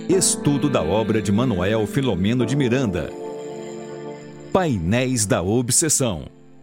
Estudo da obra de Manuel Filomeno de Miranda. Painéis da Obsessão.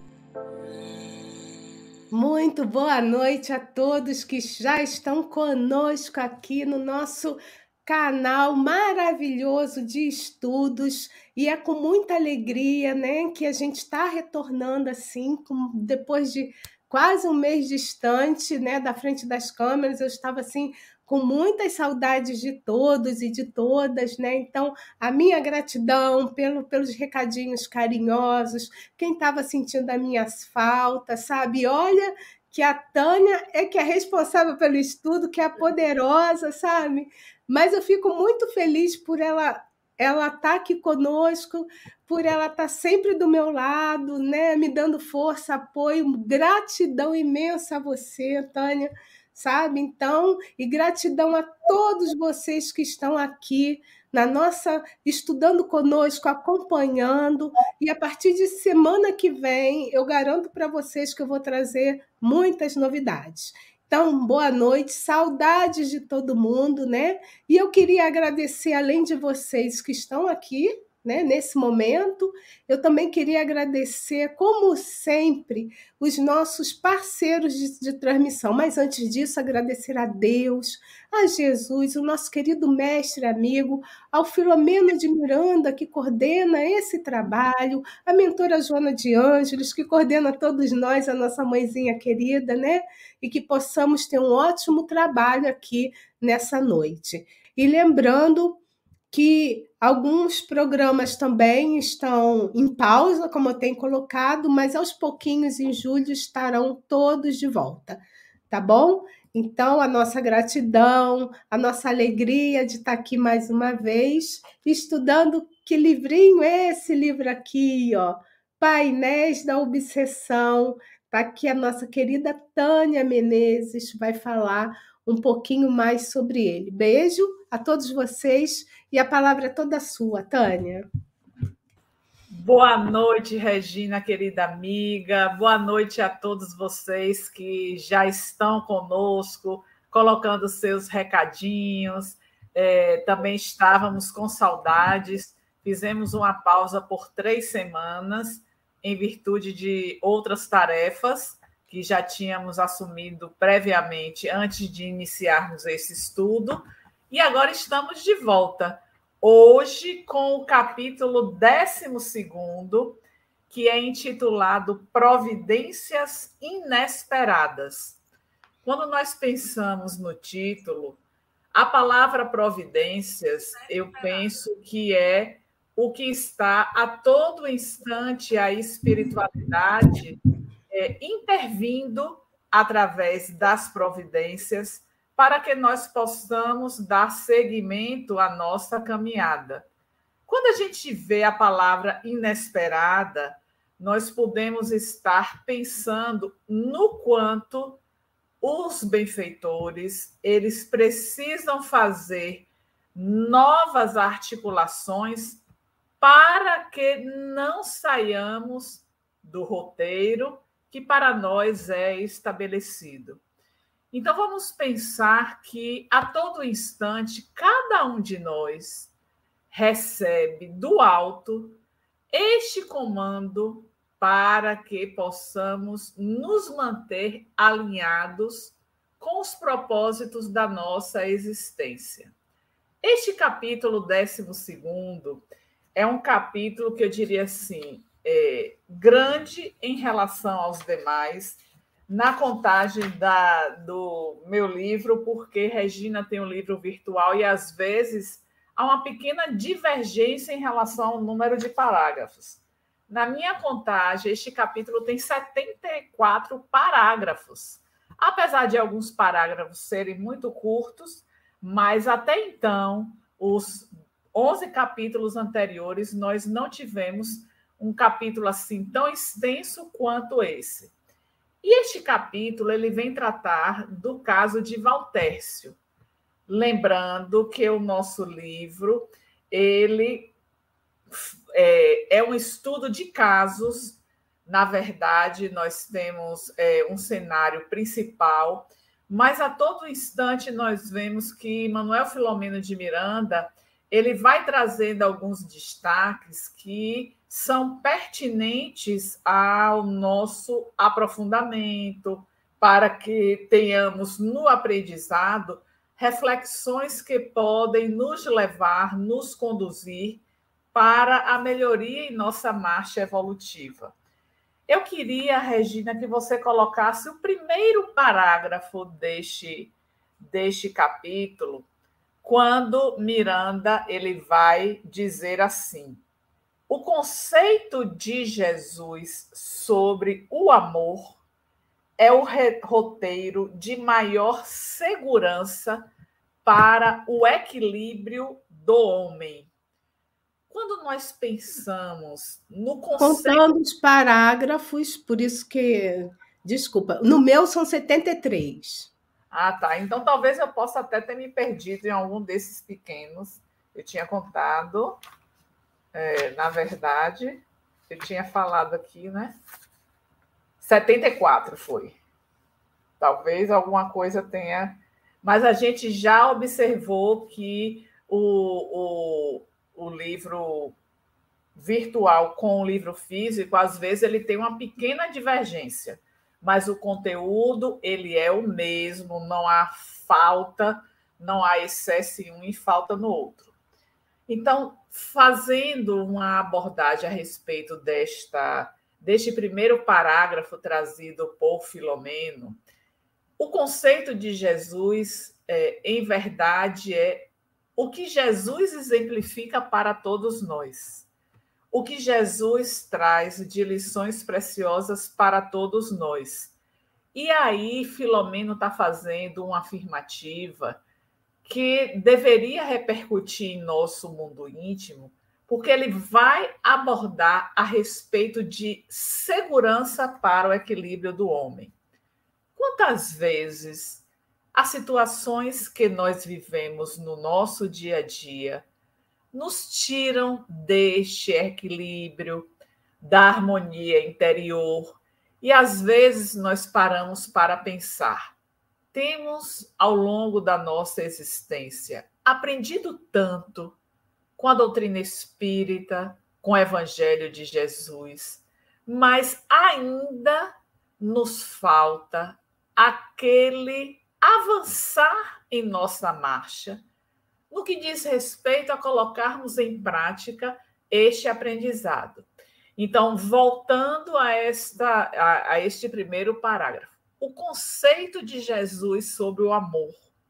Muito boa noite a todos que já estão conosco aqui no nosso canal maravilhoso de estudos. E é com muita alegria, né, que a gente está retornando assim, depois de quase um mês distante, né, da frente das câmeras. Eu estava assim com muitas saudades de todos e de todas, né? Então, a minha gratidão pelos recadinhos carinhosos, quem estava sentindo as minhas faltas, sabe? Olha que a Tânia é que é responsável pelo estudo, que é poderosa, sabe? Mas eu fico muito feliz por ela estar aqui conosco, por ela estar sempre do meu lado, né? Me dando força, apoio, gratidão imensa a você, Tânia, sabe? Então, e gratidão a todos vocês que estão aqui na nossa estudando conosco, acompanhando, e a partir de semana que vem, eu garanto para vocês que eu vou trazer muitas novidades. Então, boa noite, saudades de todo mundo, né? E eu queria agradecer, além de vocês que estão aqui, né, nesse momento, eu também queria agradecer, como sempre, os nossos parceiros de transmissão. Mas antes disso, agradecer a Deus, a Jesus, o nosso querido mestre amigo, ao Filomeno de Miranda, que coordena esse trabalho, a mentora Joana de Ângeles, que coordena todos nós, a nossa mãezinha querida, né? E que possamos ter um ótimo trabalho aqui nessa noite. E lembrando que alguns programas também estão em pausa, como eu tenho colocado, mas aos pouquinhos, em julho, estarão todos de volta, tá bom? Então, a nossa gratidão, a nossa alegria de estar aqui mais uma vez, estudando que livrinho é esse livro aqui, ó, Painéis da Obsessão, tá aqui a nossa querida Tânia Menezes vai falar um pouquinho mais sobre ele. Beijo a todos vocês e a palavra é toda sua, Tânia. Boa noite, Regina, querida amiga. Boa noite a todos vocês que já estão conosco, colocando seus recadinhos. Também estávamos com saudades. Fizemos uma pausa por 3 semanas, em virtude de outras tarefas que já tínhamos assumido previamente antes de iniciarmos esse estudo. E agora estamos de volta. Hoje, com o capítulo 12º, que é intitulado Providências Inesperadas. Quando nós pensamos no título, a palavra providências, eu penso que é o que está a todo instante a espiritualidade intervindo através das providências para que nós possamos dar seguimento à nossa caminhada. Quando a gente vê a palavra inesperada, nós podemos estar pensando no quanto os benfeitores, eles precisam fazer novas articulações para que não saiamos do roteiro que para nós é estabelecido. Então, vamos pensar que, a todo instante, cada um de nós recebe do alto este comando para que possamos nos manter alinhados com os propósitos da nossa existência. Este capítulo 12º é um capítulo que eu diria assim, grande em relação aos demais, na contagem do meu livro, porque Regina tem um livro virtual e, às vezes, há uma pequena divergência em relação ao número de parágrafos. Na minha contagem, este capítulo tem 74 parágrafos. Apesar de alguns parágrafos serem muito curtos, mas até então, os 11 capítulos anteriores, nós não tivemos um capítulo assim tão extenso quanto esse. E este capítulo ele vem tratar do caso de Valtércio. Lembrando que o nosso livro ele é um estudo de casos. Na verdade, nós temos um cenário principal, mas a todo instante nós vemos que Manuel Filomeno de Miranda ele vai trazendo alguns destaques que são pertinentes ao nosso aprofundamento, para que tenhamos no aprendizado reflexões que podem nos levar, nos conduzir para a melhoria em nossa marcha evolutiva. Eu queria, Regina, que você colocasse o primeiro parágrafo deste capítulo, quando Miranda ele vai dizer assim: o conceito de Jesus sobre o amor é o roteiro de maior segurança para o equilíbrio do homem. Quando nós pensamos no conceito... Contando os parágrafos, por isso que... Desculpa, no meu são 73. Ah, tá. Então, talvez eu possa até ter me perdido em algum desses pequenos. Eu tinha contado, na verdade, eu tinha falado aqui, né? 74 foi. Talvez alguma coisa tenha... Mas a gente já observou que o livro virtual com o livro físico, às vezes, ele tem uma pequena divergência, mas o conteúdo ele é o mesmo, não há falta, não há excesso em um e falta no outro. Então, fazendo uma abordagem a respeito deste primeiro parágrafo trazido por Filomeno, o conceito de Jesus, em verdade, é o que Jesus exemplifica para todos nós. O que Jesus traz de lições preciosas para todos nós. E aí, Filomeno está fazendo uma afirmativa que deveria repercutir em nosso mundo íntimo, porque ele vai abordar a respeito de segurança para o equilíbrio do homem. Quantas vezes as situações que nós vivemos no nosso dia a dia nos tiram deste equilíbrio, da harmonia interior, e às vezes nós paramos para pensar. Temos, ao longo da nossa existência, aprendido tanto com a doutrina espírita, com o Evangelho de Jesus, mas ainda nos falta aquele avançar em nossa marcha, no que diz respeito a colocarmos em prática este aprendizado. Então, voltando a este primeiro parágrafo, o conceito de Jesus sobre o amor.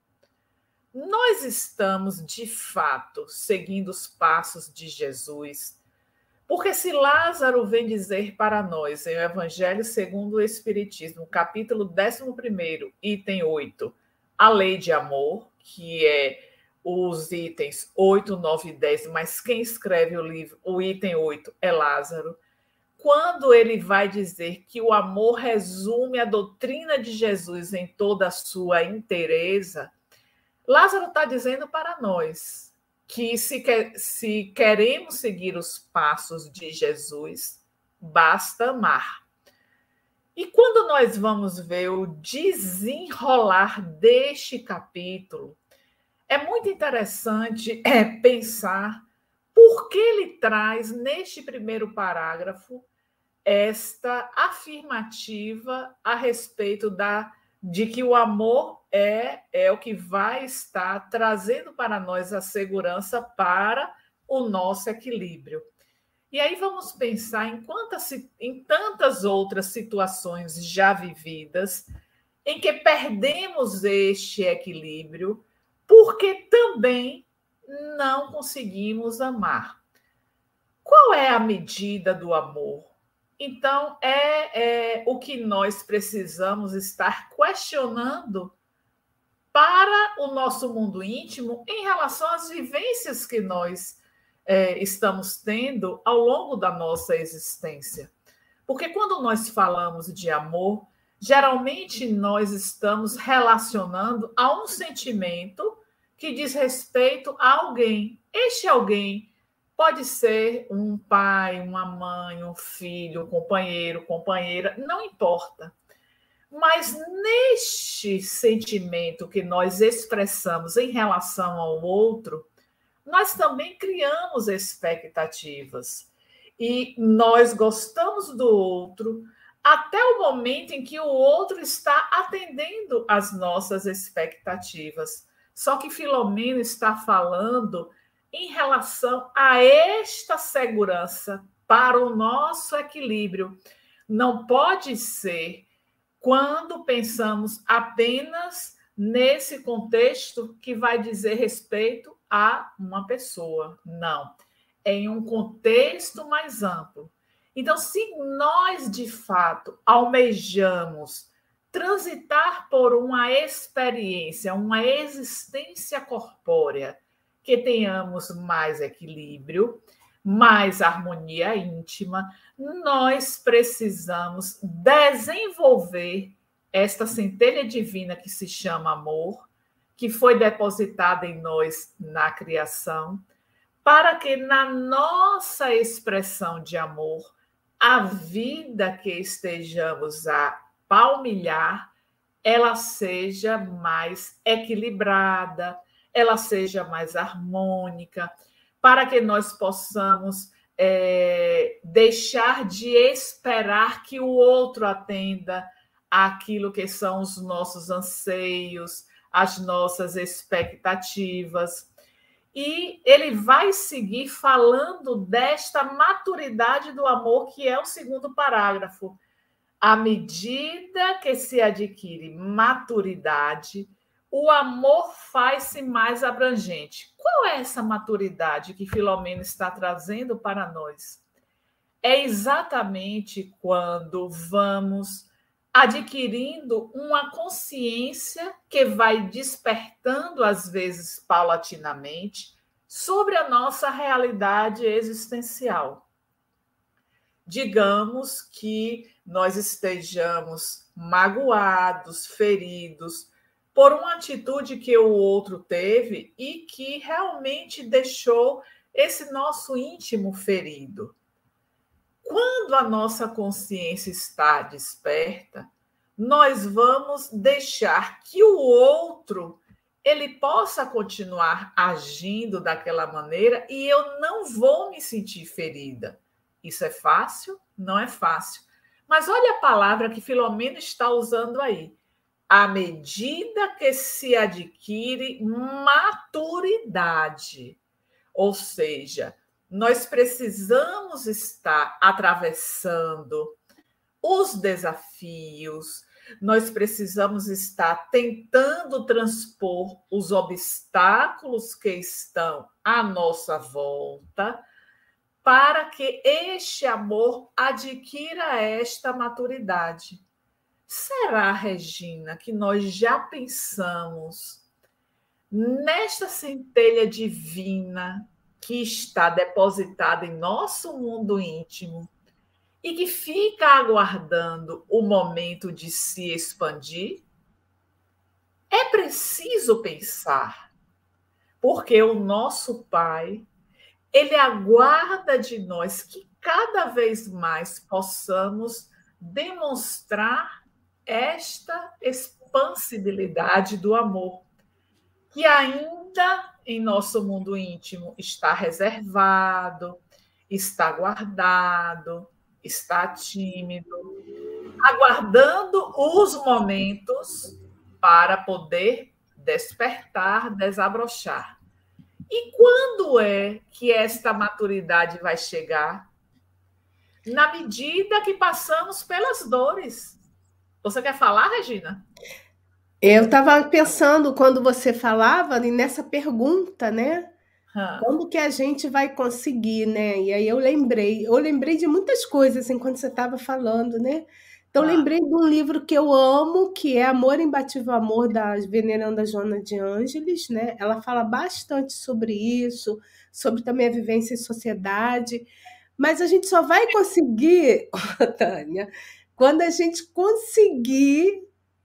Nós estamos, de fato, seguindo os passos de Jesus, porque se Lázaro vem dizer para nós, em o Evangelho segundo o Espiritismo, capítulo 11, item 8, a lei de amor, que é os itens 8, 9 e 10, mas quem escreve o livro, o item 8, é Lázaro. Quando ele vai dizer que o amor resume a doutrina de Jesus em toda a sua inteireza, Lázaro está dizendo para nós que se queremos seguir os passos de Jesus, basta amar. E quando nós vamos ver o desenrolar deste capítulo, é muito interessante pensar por que ele traz, neste primeiro parágrafo, esta afirmativa a respeito de que o amor é o que vai estar trazendo para nós a segurança para o nosso equilíbrio. E aí vamos pensar em tantas outras situações já vividas em que perdemos este equilíbrio porque também não conseguimos amar. Qual é a medida do amor? Então, é o que nós precisamos estar questionando para o nosso mundo íntimo em relação às vivências que nós estamos tendo ao longo da nossa existência. Porque quando nós falamos de amor, geralmente nós estamos relacionando a um sentimento que diz respeito a alguém. Este alguém pode ser um pai, uma mãe, um filho, um companheiro, companheira, não importa. Mas neste sentimento que nós expressamos em relação ao outro, nós também criamos expectativas. E nós gostamos do outro até o momento em que o outro está atendendo às nossas expectativas. Só que Filomeno está falando em relação a esta segurança para o nosso equilíbrio. Não pode ser quando pensamos apenas nesse contexto que vai dizer respeito a uma pessoa. Não. É em um contexto mais amplo. Então, se nós, de fato, almejamos transitar por uma experiência, uma existência corpórea, que tenhamos mais equilíbrio, mais harmonia íntima, nós precisamos desenvolver esta centelha divina que se chama amor, que foi depositada em nós na criação, para que na nossa expressão de amor, a vida que estejamos a palmilhar, ela seja mais equilibrada, ela seja mais harmônica, para que nós possamos deixar de esperar que o outro atenda àquilo que são os nossos anseios, as nossas expectativas. E ele vai seguir falando desta maturidade do amor, que é o segundo parágrafo. À medida que se adquire maturidade, o amor faz-se mais abrangente. Qual é essa maturidade que Filomeno está trazendo para nós? É exatamente quando vamos adquirindo uma consciência que vai despertando, às vezes paulatinamente, sobre a nossa realidade existencial. Digamos que nós estejamos magoados, feridos, por uma atitude que o outro teve e que realmente deixou esse nosso íntimo ferido. Quando a nossa consciência está desperta, nós vamos deixar que o outro ele possa continuar agindo daquela maneira e eu não vou me sentir ferida. Isso é fácil? Não é fácil. Mas olha a palavra que Filomeno está usando aí. À medida que se adquire maturidade. Ou seja, nós precisamos estar atravessando os desafios, nós precisamos estar tentando transpor os obstáculos que estão à nossa volta, para que este amor adquira esta maturidade. Será, Regina, que nós já pensamos nesta centelha divina que está depositada em nosso mundo íntimo e que fica aguardando o momento de se expandir? É preciso pensar, porque o nosso Pai, ele aguarda de nós que cada vez mais possamos demonstrar esta expansibilidade do amor, que ainda em nosso mundo íntimo está reservado, está guardado, está tímido, aguardando os momentos para poder despertar, desabrochar. E quando é que esta maturidade vai chegar? Na medida que passamos pelas dores. Você quer falar, Regina? Eu estava pensando, quando você falava, nessa pergunta, né? Quando que a gente vai conseguir, né? E aí eu lembrei de muitas coisas enquanto você estava falando, né? Então, lembrei de um livro que eu amo, que é Amor, Imbatível Amor, da veneranda Joana de Ângeles, né? Ela fala bastante sobre isso, sobre também a vivência em sociedade, mas a gente só vai conseguir, Tânia, quando a gente conseguir,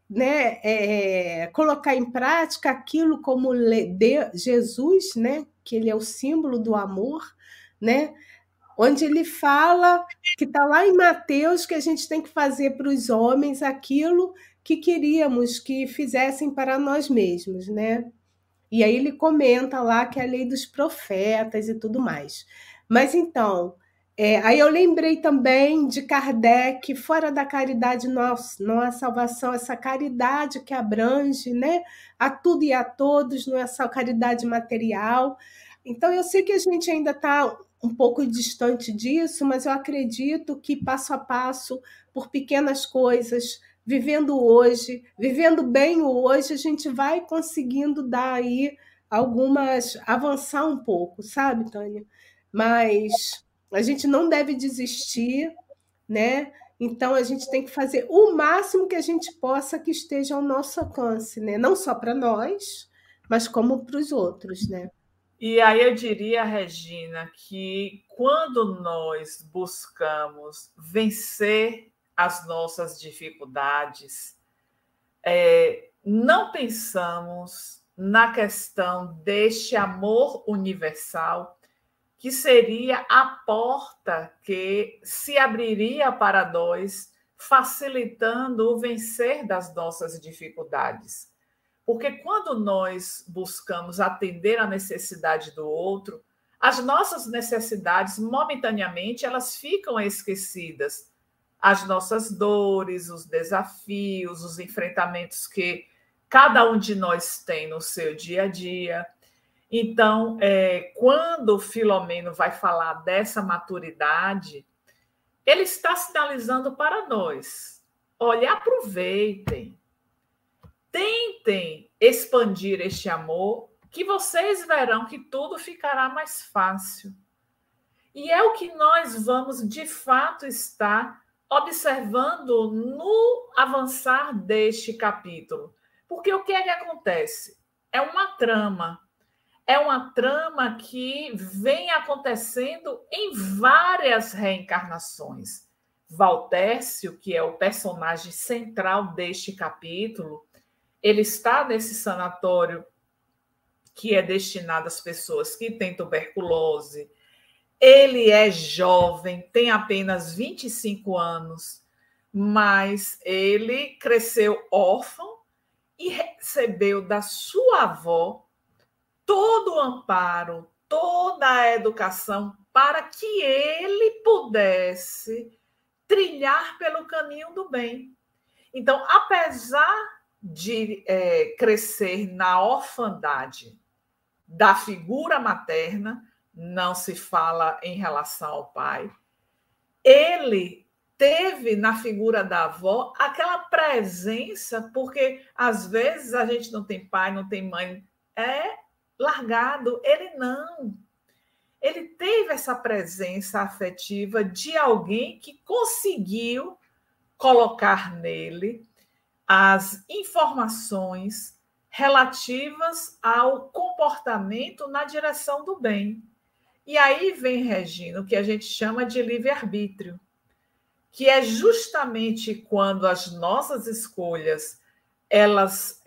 né, colocar em prática aquilo como Jesus, né, que ele é o símbolo do amor, né, onde ele fala que está lá em Mateus que a gente tem que fazer para os homens aquilo que queríamos que fizessem para nós mesmos, né? E aí ele comenta lá que é a lei dos profetas e tudo mais. Mas então, aí eu lembrei também de Kardec, fora da caridade não há salvação, essa caridade que abrange, né, a tudo e a todos, não é só caridade material. Então eu sei que a gente ainda está um pouco distante disso, mas eu acredito que passo a passo, por pequenas coisas, vivendo hoje, vivendo bem o hoje, a gente vai conseguindo dar aí avançar um pouco, sabe, Tânia? Mas a gente não deve desistir, né? Então a gente tem que fazer o máximo que a gente possa que esteja ao nosso alcance, né? Não só para nós, mas como para os outros, né? E aí eu diria, Regina, que quando nós buscamos vencer as nossas dificuldades, não pensamos na questão deste amor universal, que seria a porta que se abriria para nós, facilitando o vencer das nossas dificuldades. Porque quando nós buscamos atender a necessidade do outro, as nossas necessidades, momentaneamente, elas ficam esquecidas. As nossas dores, os desafios, os enfrentamentos que cada um de nós tem no seu dia a dia. Então, quando o Filomeno vai falar dessa maturidade, ele está sinalizando para nós: olha, aproveitem, tentem expandir este amor, que vocês verão que tudo ficará mais fácil. E é o que nós vamos, de fato, estar observando no avançar deste capítulo. Porque o que é que acontece? É uma trama. É uma trama que vem acontecendo em várias reencarnações. Valtércio, que é o personagem central deste capítulo, ele está nesse sanatório que é destinado às pessoas que têm tuberculose. Ele é jovem, tem apenas 25 anos, mas ele cresceu órfão e recebeu da sua avó todo o amparo, toda a educação para que ele pudesse trilhar pelo caminho do bem. Então, apesar de crescer na orfandade da figura materna, não se fala em relação ao pai, ele teve na figura da avó aquela presença, porque às vezes a gente não tem pai, não tem mãe, é largado, ele não. Ele teve essa presença afetiva de alguém que conseguiu colocar nele as informações relativas ao comportamento na direção do bem. E aí vem, Regina, o que a gente chama de livre-arbítrio, que é justamente quando as nossas escolhas elas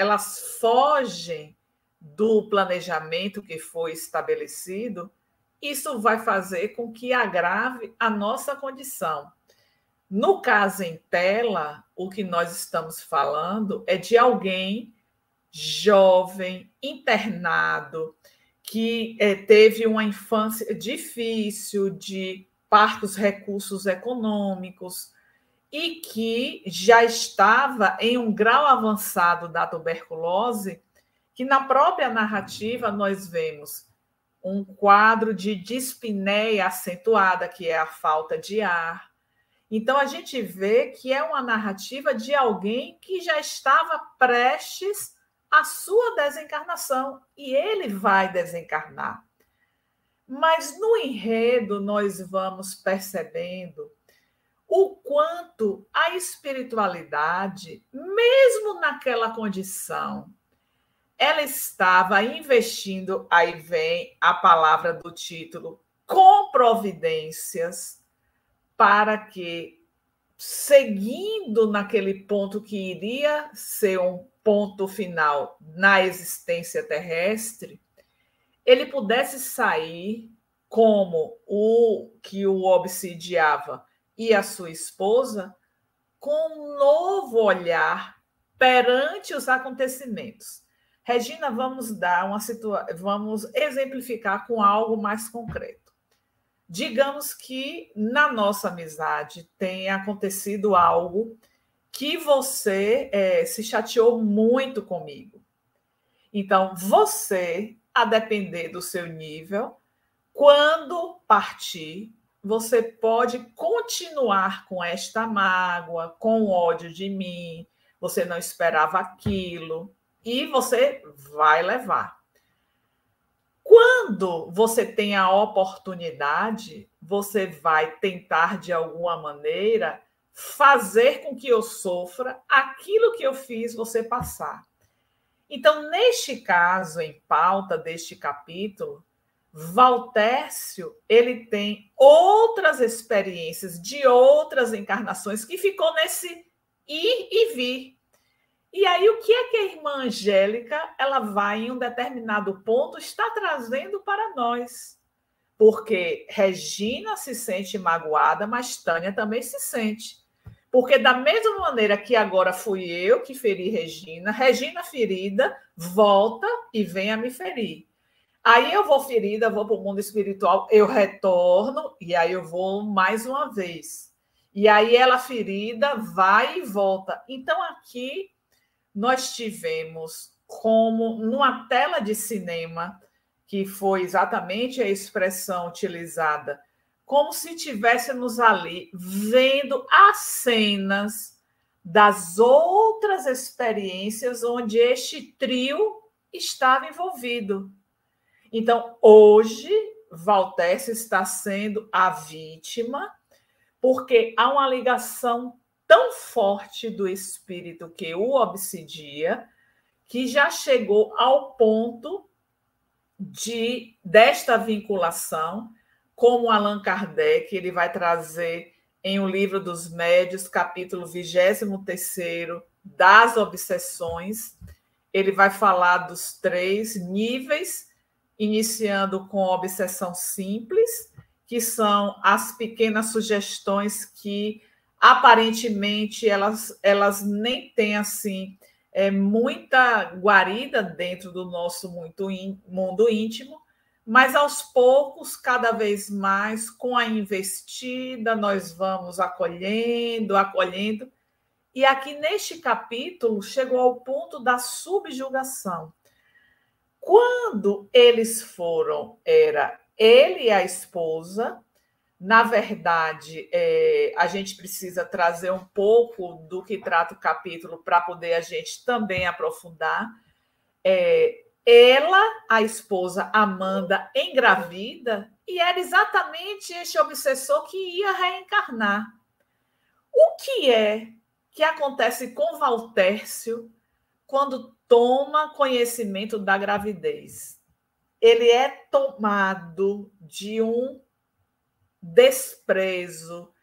fogem do planejamento que foi estabelecido, isso vai fazer com que agrave a nossa condição. No caso em tela, o que nós estamos falando é de alguém jovem, internado, que teve uma infância difícil, de parcos recursos econômicos, e que já estava em um grau avançado da tuberculose, que na própria narrativa nós vemos um quadro de dispneia acentuada, que é a falta de ar. Então, a gente vê que é uma narrativa de alguém que já estava prestes à sua desencarnação, e ele vai desencarnar. Mas no enredo nós vamos percebendo o quanto a espiritualidade, mesmo naquela condição, ela estava investindo, aí vem a palavra do título, com providências, para que, seguindo naquele ponto que iria ser um ponto final na existência terrestre, ele pudesse sair como o que o obsidiava e a sua esposa, com um novo olhar perante os acontecimentos. Regina, vamos exemplificar com algo mais concreto. Digamos que na nossa amizade tenha acontecido algo que você se chateou muito comigo. Então, você, a depender do seu nível, quando partir, você pode continuar com esta mágoa, com o ódio de mim, você não esperava aquilo, e você vai levar. Quando você tem a oportunidade, você vai tentar, de alguma maneira, fazer com que eu sofra aquilo que eu fiz você passar. Então, neste caso, em pauta deste capítulo, Valtércio, ele tem outras experiências de outras encarnações que ficou nesse ir e vir. E aí, o que é que a irmã Angélica, ela vai, em um determinado ponto, está trazendo para nós? Porque Regina se sente magoada, mas Tânia também se sente. Porque da mesma maneira que agora fui eu que feri Regina, Regina ferida, volta e vem a me ferir. Aí eu vou ferida, vou para o mundo espiritual, eu retorno e aí eu vou mais uma vez. E aí ela ferida vai e volta. Então aqui nós tivemos como numa tela de cinema, que foi exatamente a expressão utilizada, como se estivéssemos ali vendo as cenas das outras experiências onde este trio estava envolvido. Então, hoje, Valtércio está sendo a vítima, porque há uma ligação tão forte do espírito que o obsidia, que já chegou ao ponto desta vinculação, como Allan Kardec, ele vai trazer em O Livro dos Médiuns, capítulo 23º, das obsessões. Ele vai falar dos 3 níveis, iniciando com a obsessão simples, que são as pequenas sugestões que, aparentemente, elas nem têm assim muita guarida dentro do nosso mundo íntimo, mas aos poucos, cada vez mais, com a investida, nós vamos acolhendo. E aqui neste capítulo chegou ao ponto da subjugação. Quando eles foram, era ele e a esposa. Na verdade, a gente precisa trazer um pouco do que trata o capítulo para poder a gente também aprofundar. Ela, a esposa Amanda, engravida, e era exatamente este obsessor que ia reencarnar. O que acontece com Valtércio quando toma conhecimento da gravidez? Ele é tomado de um desprezo,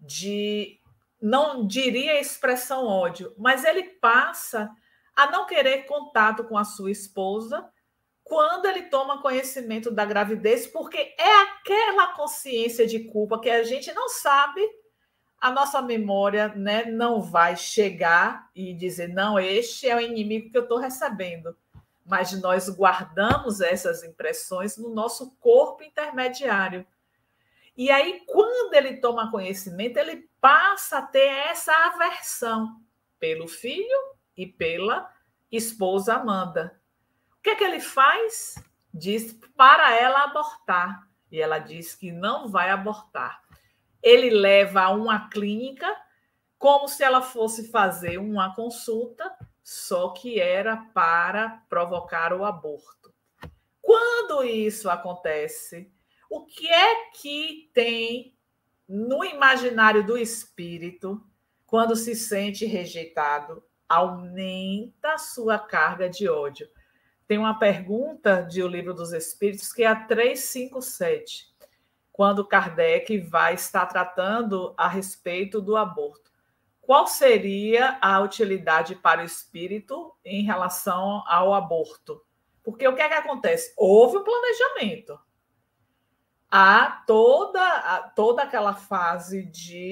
não diria expressão ódio, mas ele passa a não querer contato com a sua esposa quando ele toma conhecimento da gravidez, porque é aquela consciência de culpa que a gente não sabe, a nossa memória, né, não vai chegar e dizer, não, este é o inimigo que eu estou recebendo. Mas nós guardamos essas impressões no nosso corpo intermediário. E aí, quando ele toma conhecimento, ele passa a ter essa aversão pelo filho e pela esposa Amanda. O que é que ele faz? Diz para ela abortar. E ela diz que não vai abortar. Ele leva a uma clínica como se ela fosse fazer uma consulta, só que era para provocar o aborto. Quando isso acontece, o que é que tem no imaginário do espírito quando se sente rejeitado? Aumenta a sua carga de ódio. Tem uma pergunta de O Livro dos Espíritos, que é a 357, quando Kardec vai estar tratando a respeito do aborto. Qual seria a utilidade para o espírito em relação ao aborto? Porque o que é que acontece? Houve um planejamento. Há toda aquela fase de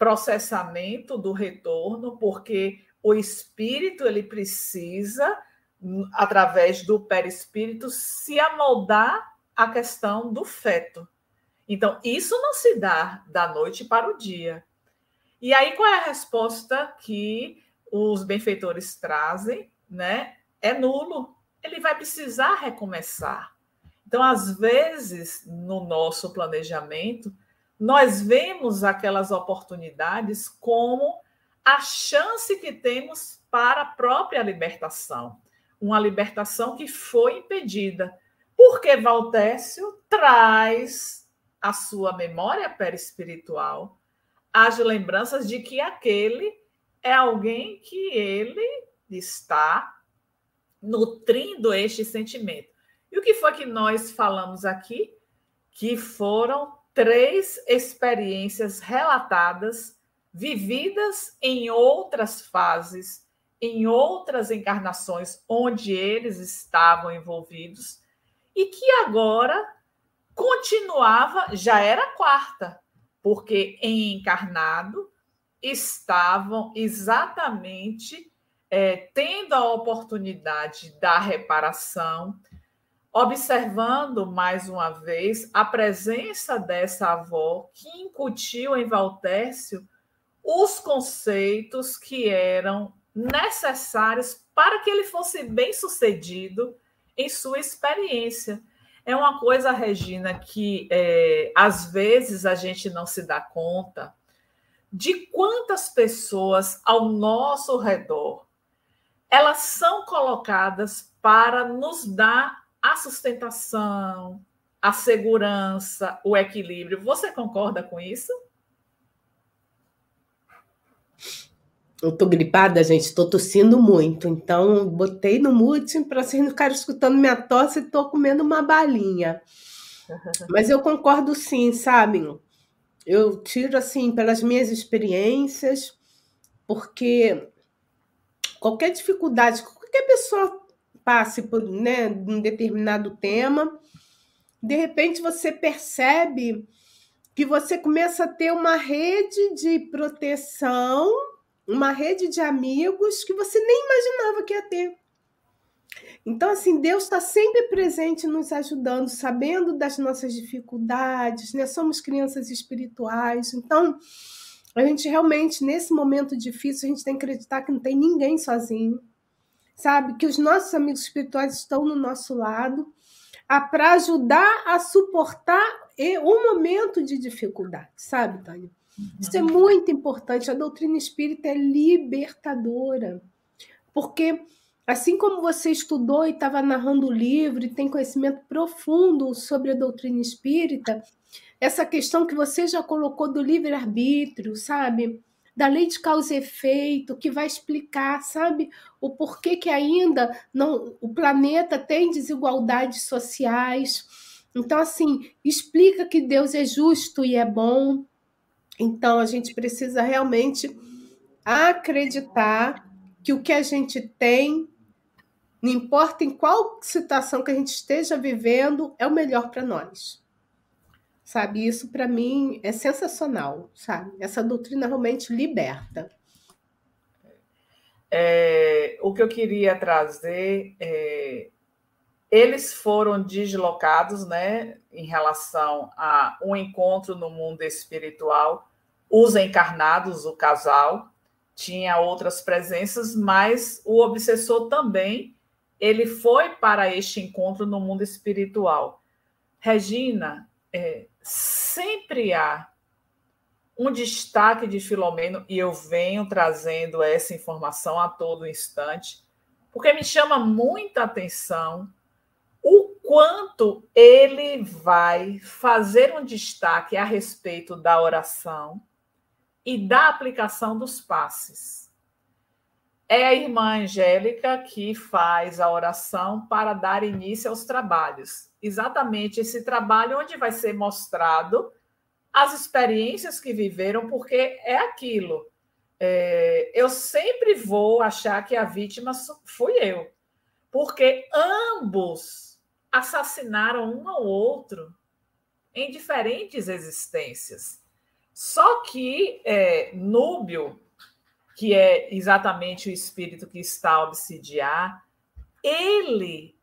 processamento do retorno, porque o espírito ele precisa, através do perispírito, se amoldar à questão do feto. Então, isso não se dá da noite para o dia. E aí, qual é a resposta que os benfeitores trazem? Né? É nulo. Ele vai precisar recomeçar. Então, às vezes, no nosso planejamento, nós vemos aquelas oportunidades como a chance que temos para a própria libertação. Uma libertação que foi impedida. Porque Valtécio traz a sua memória perispiritual as lembranças de que aquele é alguém que ele está nutrindo este sentimento. E o que foi que nós falamos aqui? Que foram 3 experiências relatadas, vividas em outras fases, em outras encarnações onde eles estavam envolvidos, e que agora continuava, já era a 4ª, porque em encarnado estavam exatamente tendo a oportunidade da reparação, observando mais uma vez a presença dessa avó que incutiu em Valtécio os conceitos que eram necessários para que ele fosse bem-sucedido em sua experiência. É uma coisa, Regina, que às vezes a gente não se dá conta de quantas pessoas ao nosso redor elas são colocadas para nos dar a sustentação, a segurança, o equilíbrio. Você concorda com isso? Eu tô gripada, gente, tô tossindo muito, então botei no mute para vocês não ficarem escutando minha tosse e tô comendo uma balinha. Mas eu concordo sim, sabe? Eu tiro assim pelas minhas experiências, porque qualquer dificuldade, qualquer pessoa passe por, né, um determinado tema, de repente você percebe que você começa a ter uma rede de proteção, uma rede de amigos que você nem imaginava que ia ter. Então, assim, Deus está sempre presente nos ajudando, sabendo das nossas dificuldades, né? Somos crianças espirituais. Então, a gente realmente, nesse momento difícil, a gente tem que acreditar que não tem ninguém sozinho, sabe? Que os nossos amigos espirituais estão no nosso lado para ajudar a suportar um momento de dificuldade, sabe, Tânia? Isso é muito importante. A doutrina espírita é libertadora, porque assim como você estudou e estava narrando o livro e tem conhecimento profundo sobre a doutrina espírita, essa questão que você já colocou do livre-arbítrio, sabe? Da lei de causa e efeito, que vai explicar, sabe, o porquê que ainda não, o planeta tem desigualdades sociais. Então, assim, explica que Deus é justo e é bom. Então, a gente precisa realmente acreditar que o que a gente tem, não importa em qual situação que a gente esteja vivendo, é o melhor para nós. Sabe, isso para mim é sensacional, sabe? Essa doutrina realmente liberta. O que eu queria trazer eles foram deslocados, né, em relação a um encontro no mundo espiritual. Os encarnados, o casal, tinha outras presenças, mas o obsessor também, ele foi para este encontro no mundo espiritual. Regina, sempre há um destaque de Filomeno, e eu venho trazendo essa informação a todo instante, porque me chama muita atenção o quanto ele vai fazer um destaque a respeito da oração e da aplicação dos passes. É a irmã Angélica que faz a oração para dar início aos trabalhos. Exatamente esse trabalho onde vai ser mostrado as experiências que viveram, porque é aquilo. Eu sempre vou achar que a vítima fui eu, porque ambos assassinaram um ao outro em diferentes existências. Só que Núbio, que é exatamente o espírito que está a obsidiar, ele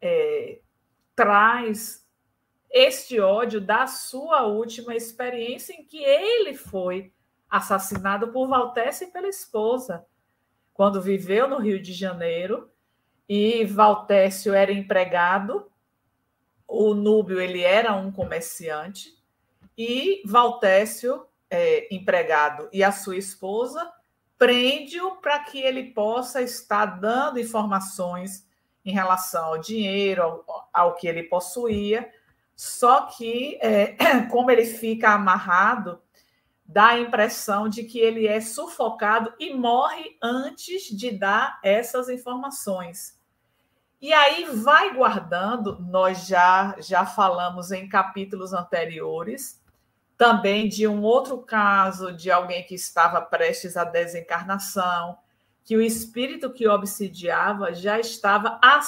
traz este ódio da sua última experiência em que ele foi assassinado por Valtécio e pela esposa, quando viveu no Rio de Janeiro, e Valtécio era empregado, o Núbio ele era um comerciante, e Valtécio, empregado, e a sua esposa prende-o para que ele possa estar dando informações em relação ao dinheiro, ao que ele possuía. Só que, como ele fica amarrado, dá a impressão de que ele é sufocado e morre antes de dar essas informações. E aí vai guardando, nós já falamos em capítulos anteriores, também de um outro caso de alguém que estava prestes à desencarnação, que o espírito que obsidiava já estava há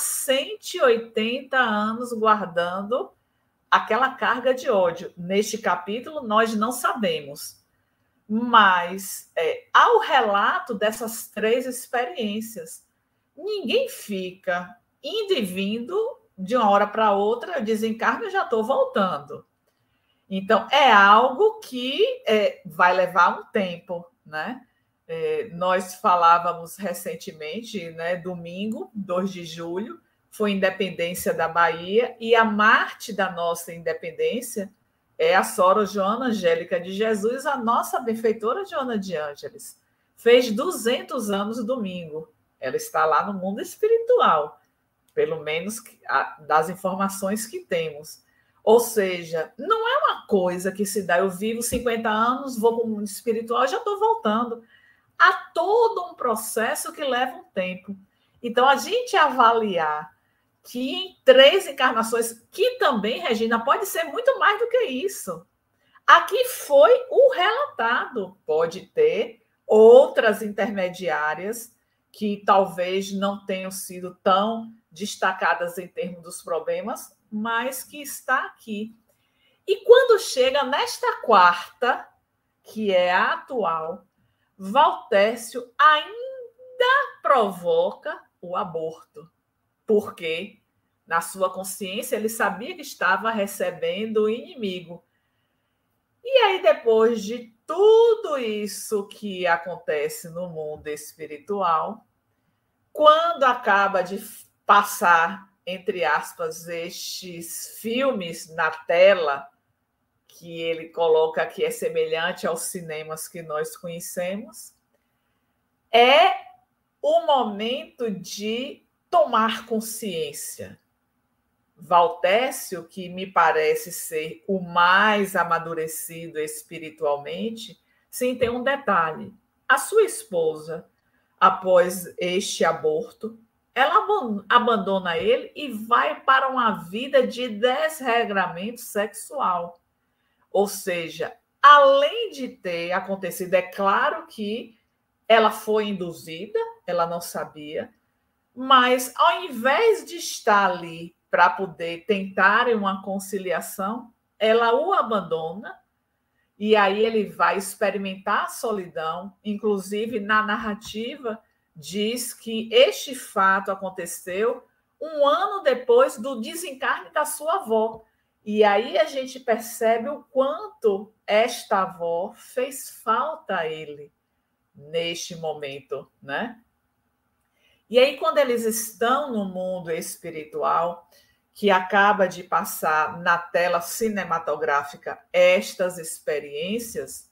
180 anos guardando aquela carga de ódio. Neste capítulo, nós não sabemos. Mas, ao relato dessas 3 experiências, ninguém fica indo e vindo de uma hora para outra, eu desencarno e já estou voltando. Então, é algo que vai levar um tempo, né? Nós falávamos recentemente, né, domingo, 2 de julho, foi a independência da Bahia, e a Marte da nossa independência é a Sora Joana Angélica de Jesus, a nossa benfeitora Joana de Ângeles. Fez 200 anos domingo. Ela está lá no mundo espiritual, pelo menos das informações que temos. Ou seja, não é uma coisa que se dá, eu vivo 50 anos, vou para o mundo espiritual, já estou voltando. Há todo um processo que leva um tempo. Então, a gente avaliar que em 3 encarnações, que também, Regina, pode ser muito mais do que isso. Aqui foi o relatado. Pode ter outras intermediárias que talvez não tenham sido tão destacadas em termos dos problemas, mas que está aqui. E quando chega nesta 4ª, que é a atual, Valtécio ainda provoca o aborto, porque na sua consciência ele sabia que estava recebendo o inimigo. E aí, depois de tudo isso que acontece no mundo espiritual, quando acaba de passar, entre aspas, estes filmes na tela, que ele coloca que é semelhante aos cinemas que nós conhecemos, é o momento de tomar consciência. Valtécio, que me parece ser o mais amadurecido espiritualmente, sim, tem um detalhe. A sua esposa, após este aborto, ela abandona ele e vai para uma vida de desregramento sexual. Ou seja, além de ter acontecido, é claro que ela foi induzida, ela não sabia, mas ao invés de estar ali para poder tentar uma conciliação, ela o abandona e aí ele vai experimentar a solidão. Inclusive, na narrativa, diz que este fato aconteceu 1 ano depois do desencarne da sua avó. E aí a gente percebe o quanto esta avó fez falta a ele neste momento, né? E aí, quando eles estão no mundo espiritual, que acaba de passar na tela cinematográfica estas experiências,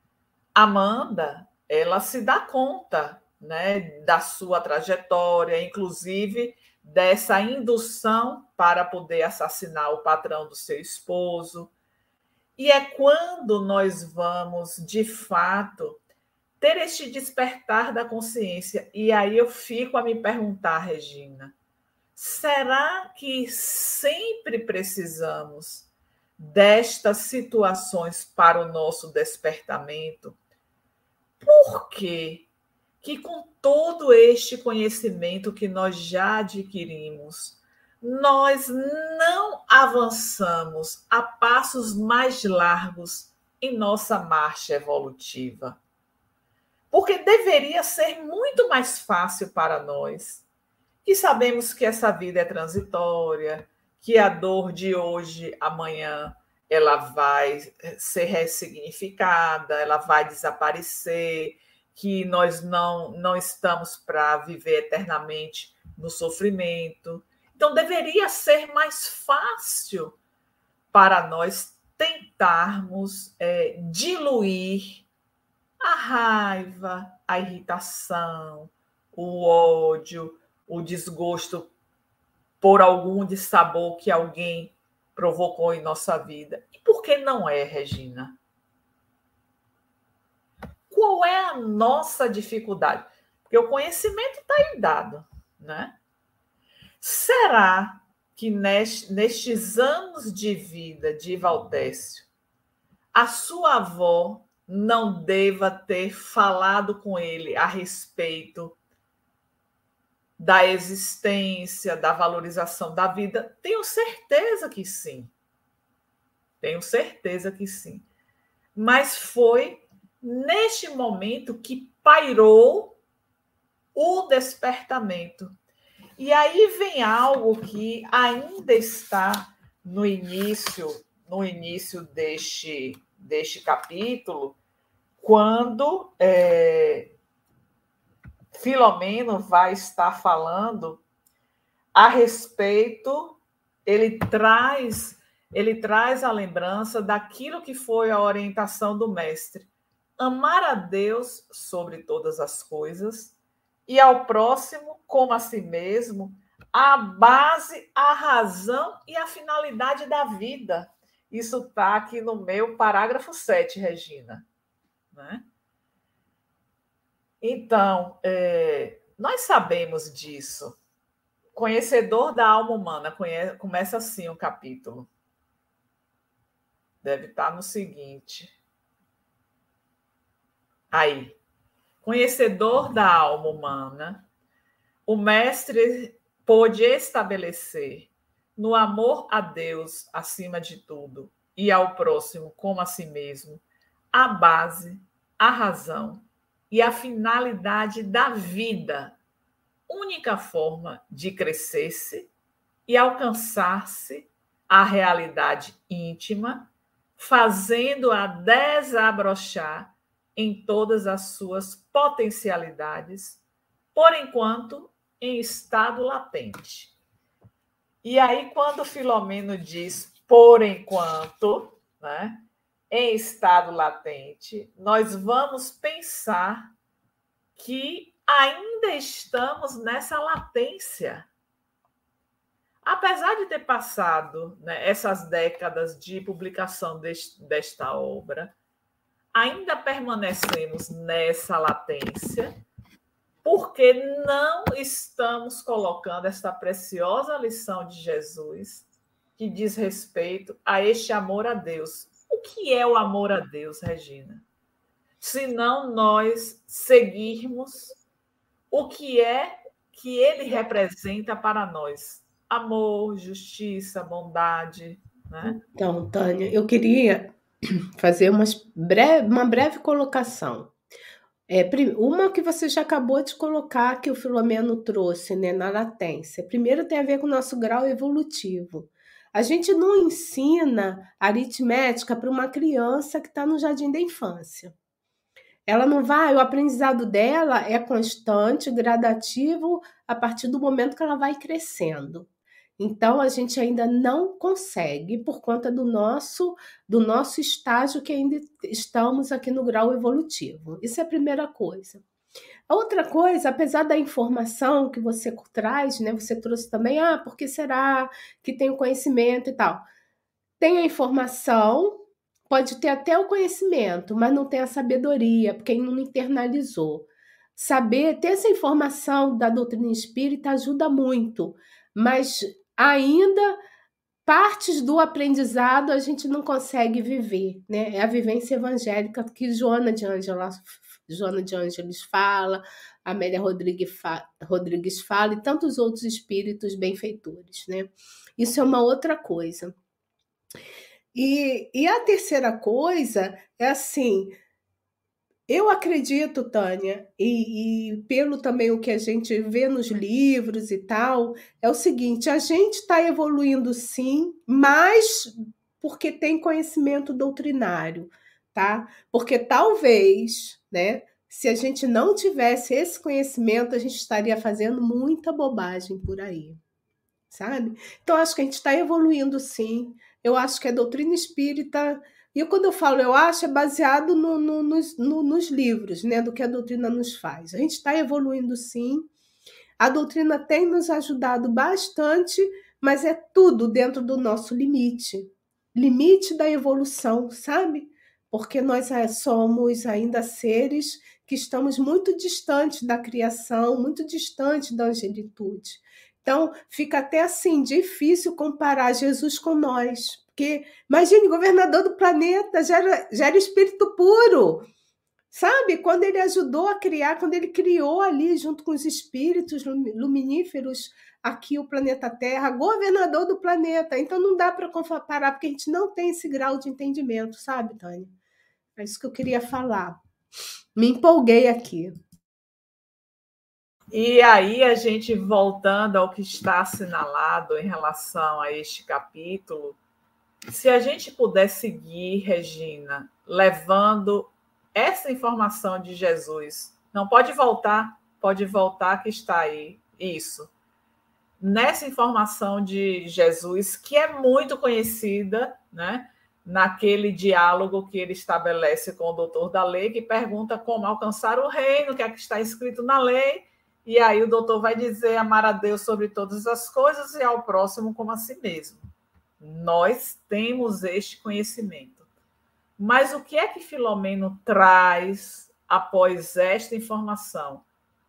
Amanda, ela se dá conta, né, da sua trajetória, inclusive dessa indução para poder assassinar o patrão do seu esposo. E é quando nós vamos, de fato, ter este despertar da consciência. E aí eu fico a me perguntar, Regina, será que sempre precisamos destas situações para o nosso despertamento? Por quê? Que com todo este conhecimento que nós já adquirimos, nós não avançamos a passos mais largos em nossa marcha evolutiva. Porque deveria ser muito mais fácil para nós, que sabemos que essa vida é transitória, que a dor de hoje, amanhã, ela vai ser ressignificada, ela vai desaparecer, que nós não estamos para viver eternamente no sofrimento. Então, deveria ser mais fácil para nós tentarmos diluir a raiva, a irritação, o ódio, o desgosto por algum dissabor que alguém provocou em nossa vida. E por que não é, Regina? Qual é a nossa dificuldade? Porque o conhecimento está aí dado, né? Será que nestes anos de vida de Valtécio, a sua avó não deva ter falado com ele a respeito da existência, da valorização da vida? Tenho certeza que sim. Tenho certeza que sim. Mas foi neste momento que pairou o despertamento. E aí vem algo que ainda está no início deste capítulo, quando Filomeno vai estar falando a respeito, ele traz a lembrança daquilo que foi a orientação do mestre: amar a Deus sobre todas as coisas e ao próximo como a si mesmo, a base, a razão e a finalidade da vida. Isso está aqui no meu parágrafo 7, Regina. Né? Então, nós sabemos disso. Conhecedor da alma humana, começa assim o capítulo. Deve estar no seguinte. Aí. Conhecedor da alma humana, o mestre pôde estabelecer no amor a Deus acima de tudo e ao próximo como a si mesmo a base, a razão e a finalidade da vida, única forma de crescer-se e alcançar-se a realidade íntima, fazendo-a desabrochar em todas as suas potencialidades, por enquanto em estado latente. E aí, quando Filomeno diz por enquanto, né, em estado latente, nós vamos pensar que ainda estamos nessa latência. Apesar de ter passado, né, essas décadas de publicação desta obra, ainda permanecemos nessa latência, porque não estamos colocando esta preciosa lição de Jesus que diz respeito a este amor a Deus. O que é o amor a Deus, Regina? Se não nós seguirmos o que é que ele representa para nós: amor, justiça, bondade. Né? Então, Tânia, eu queria fazer uma breve colocação. Uma que você já acabou de colocar, que o Filomeno trouxe, né, na latência. Primeiro tem a ver com o nosso grau evolutivo. A gente não ensina aritmética para uma criança que está no jardim da infância. Ela não vai, o aprendizado dela é constante, gradativo, a partir do momento que ela vai crescendo. Então, a gente ainda não consegue, por conta do nosso estágio, que ainda estamos aqui no grau evolutivo. Isso é a primeira coisa. A outra coisa, apesar da informação que você traz, né, você trouxe também, por que será que tem o conhecimento e tal? Tem a informação, pode ter até o conhecimento, mas não tem a sabedoria, porque não internalizou. Ter essa informação da doutrina espírita ajuda muito, mas ainda partes do aprendizado a gente não consegue viver, né? É a vivência evangélica que Joana de Ângeles fala, Amélia Rodrigues fala e tantos outros espíritos benfeitores, né? Isso é uma outra coisa. E a terceira coisa é assim, eu acredito, Tânia, e pelo também o que a gente vê nos livros e tal, é o seguinte: a gente está evoluindo sim, mas porque tem conhecimento doutrinário, tá? Porque talvez, né, se a gente não tivesse esse conhecimento, a gente estaria fazendo muita bobagem por aí, sabe? Então, acho que a gente está evoluindo sim. Eu acho que a doutrina espírita. E quando eu falo eu acho, é baseado nos livros, né? Do que a doutrina nos faz. A gente está evoluindo sim. A doutrina tem nos ajudado bastante, mas é tudo dentro do nosso limite limite da evolução, sabe? Porque nós somos ainda seres que estamos muito distantes da criação, muito distantes da angelitude. Então, fica até assim difícil comparar Jesus com nós. Porque, imagine, governador do planeta, já era espírito puro. Sabe? Quando ele ajudou a criar, quando ele criou ali, junto com os espíritos luminíferos, aqui o planeta Terra, governador do planeta. Então não dá para comparar, porque a gente não tem esse grau de entendimento, sabe, Tânia? É isso que eu queria falar. Me empolguei aqui. E aí, a gente voltando ao que está assinalado em relação a este capítulo, se a gente puder seguir, Regina, levando essa informação de Jesus, não pode voltar que está aí, isso. Nessa informação de Jesus, que é muito conhecida, né? Naquele diálogo que ele estabelece com o doutor da lei, que pergunta como alcançar o reino, que é que está escrito na lei, e aí o doutor vai dizer amar a Deus sobre todas as coisas e ao próximo como a si mesmo. Nós temos este conhecimento. Mas o que é que Filomeno traz após esta informação?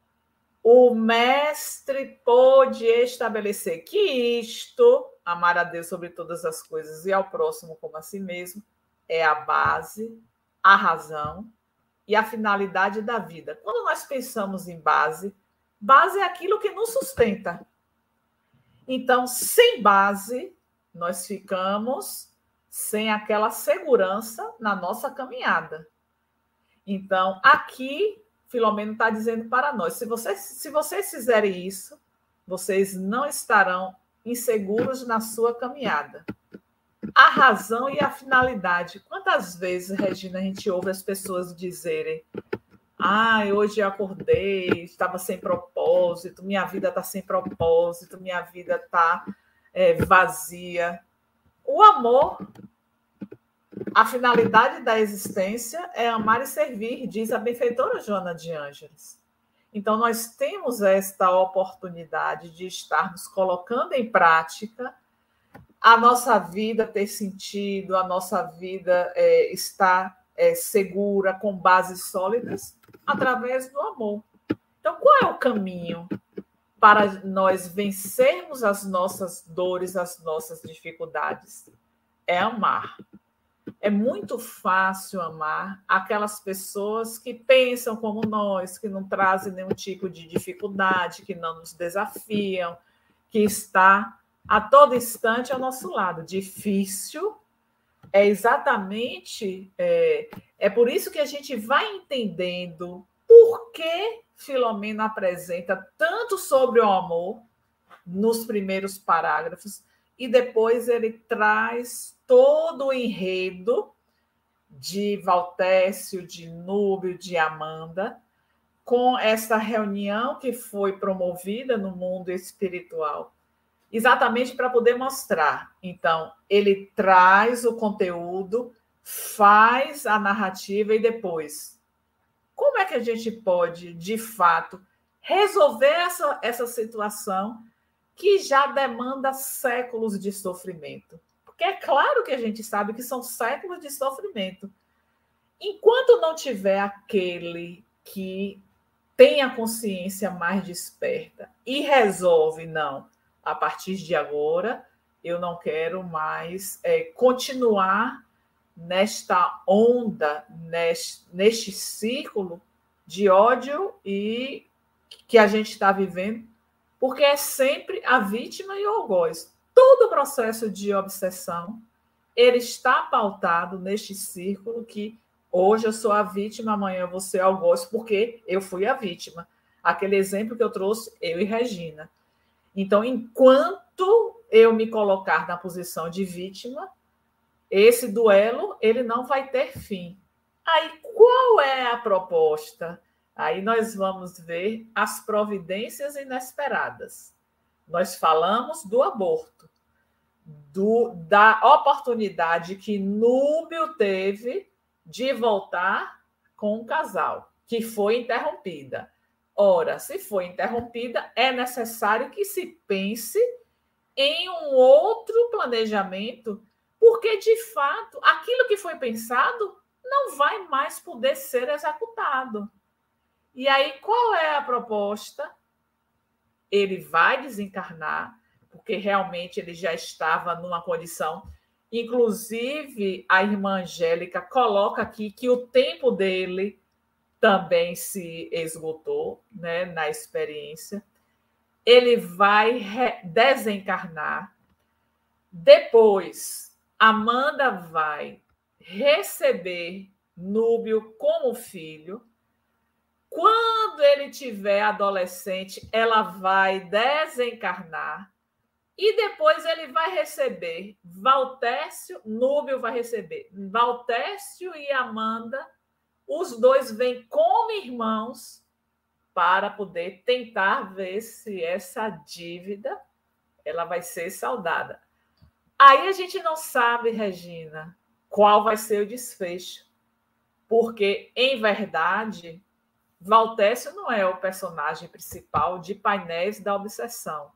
O mestre pôde estabelecer que isto, amar a Deus sobre todas as coisas e ao próximo como a si mesmo, é a base, a razão e a finalidade da vida. Quando nós pensamos em base, base é aquilo que nos sustenta. Então, sem base, nós ficamos sem aquela segurança na nossa caminhada. Então, aqui, Filomeno está dizendo para nós, se vocês fizerem isso, vocês não estarão inseguros na sua caminhada. A razão e a finalidade. Quantas vezes, Regina, a gente ouve as pessoas dizerem: hoje eu acordei, estava sem propósito, minha vida está sem propósito, minha vida está vazia. O amor, a finalidade da existência é amar e servir, diz a benfeitora Joana de Ângeles. Então, nós temos esta oportunidade de estarmos colocando em prática a nossa vida ter sentido, a nossa vida estar segura, com bases sólidas, através do amor. Então, qual é o caminho para nós vencermos as nossas dores, as nossas dificuldades? É amar. É muito fácil amar aquelas pessoas que pensam como nós, que não trazem nenhum tipo de dificuldade, que não nos desafiam, que está a todo instante ao nosso lado. Difícil é exatamente... É por isso que a gente vai entendendo por que Filomeno apresenta tanto sobre o amor nos primeiros parágrafos e depois ele traz todo o enredo de Valtécio, de Núbio, de Amanda, com essa reunião que foi promovida no mundo espiritual, exatamente para poder mostrar. Então, ele traz o conteúdo, faz a narrativa e depois, como é que a gente pode, de fato, resolver essa situação que já demanda séculos de sofrimento? Porque é claro que a gente sabe que são séculos de sofrimento. Enquanto não tiver aquele que tem a consciência mais desperta e resolve, não, a partir de agora, eu não quero mais continuar nesta onda, neste círculo de ódio e que a gente está vivendo, porque é sempre a vítima e o algoz. Todo o processo de obsessão ele está pautado neste círculo que hoje eu sou a vítima, amanhã eu vou ser algoz, porque eu fui a vítima. Aquele exemplo que eu trouxe, eu e Regina. Então, enquanto eu me colocar na posição de vítima, esse duelo ele não vai ter fim. Aí, qual é a proposta? Aí nós vamos ver as providências inesperadas. Nós falamos do aborto, da oportunidade que Núbio teve de voltar com um casal, que foi interrompida. Ora, se foi interrompida, é necessário que se pense em um outro planejamento, porque, de fato, aquilo que foi pensado não vai mais poder ser executado. E aí, qual é a proposta? Ele vai desencarnar, porque realmente ele já estava numa condição. Inclusive, a irmã Angélica coloca aqui que o tempo dele também se esgotou, né, na experiência. Ele vai desencarnar. Depois, Amanda vai receber Núbio como filho. Quando ele tiver adolescente, ela vai desencarnar. E depois ele vai receber Valtércio, Núbio vai receber Valtércio e Amanda. Os dois vêm como irmãos para poder tentar ver se essa dívida ela vai ser saldada. Aí a gente não sabe, Regina, qual vai ser o desfecho. Porque, em verdade, Valtércio não é o personagem principal de Painéis da Obsessão.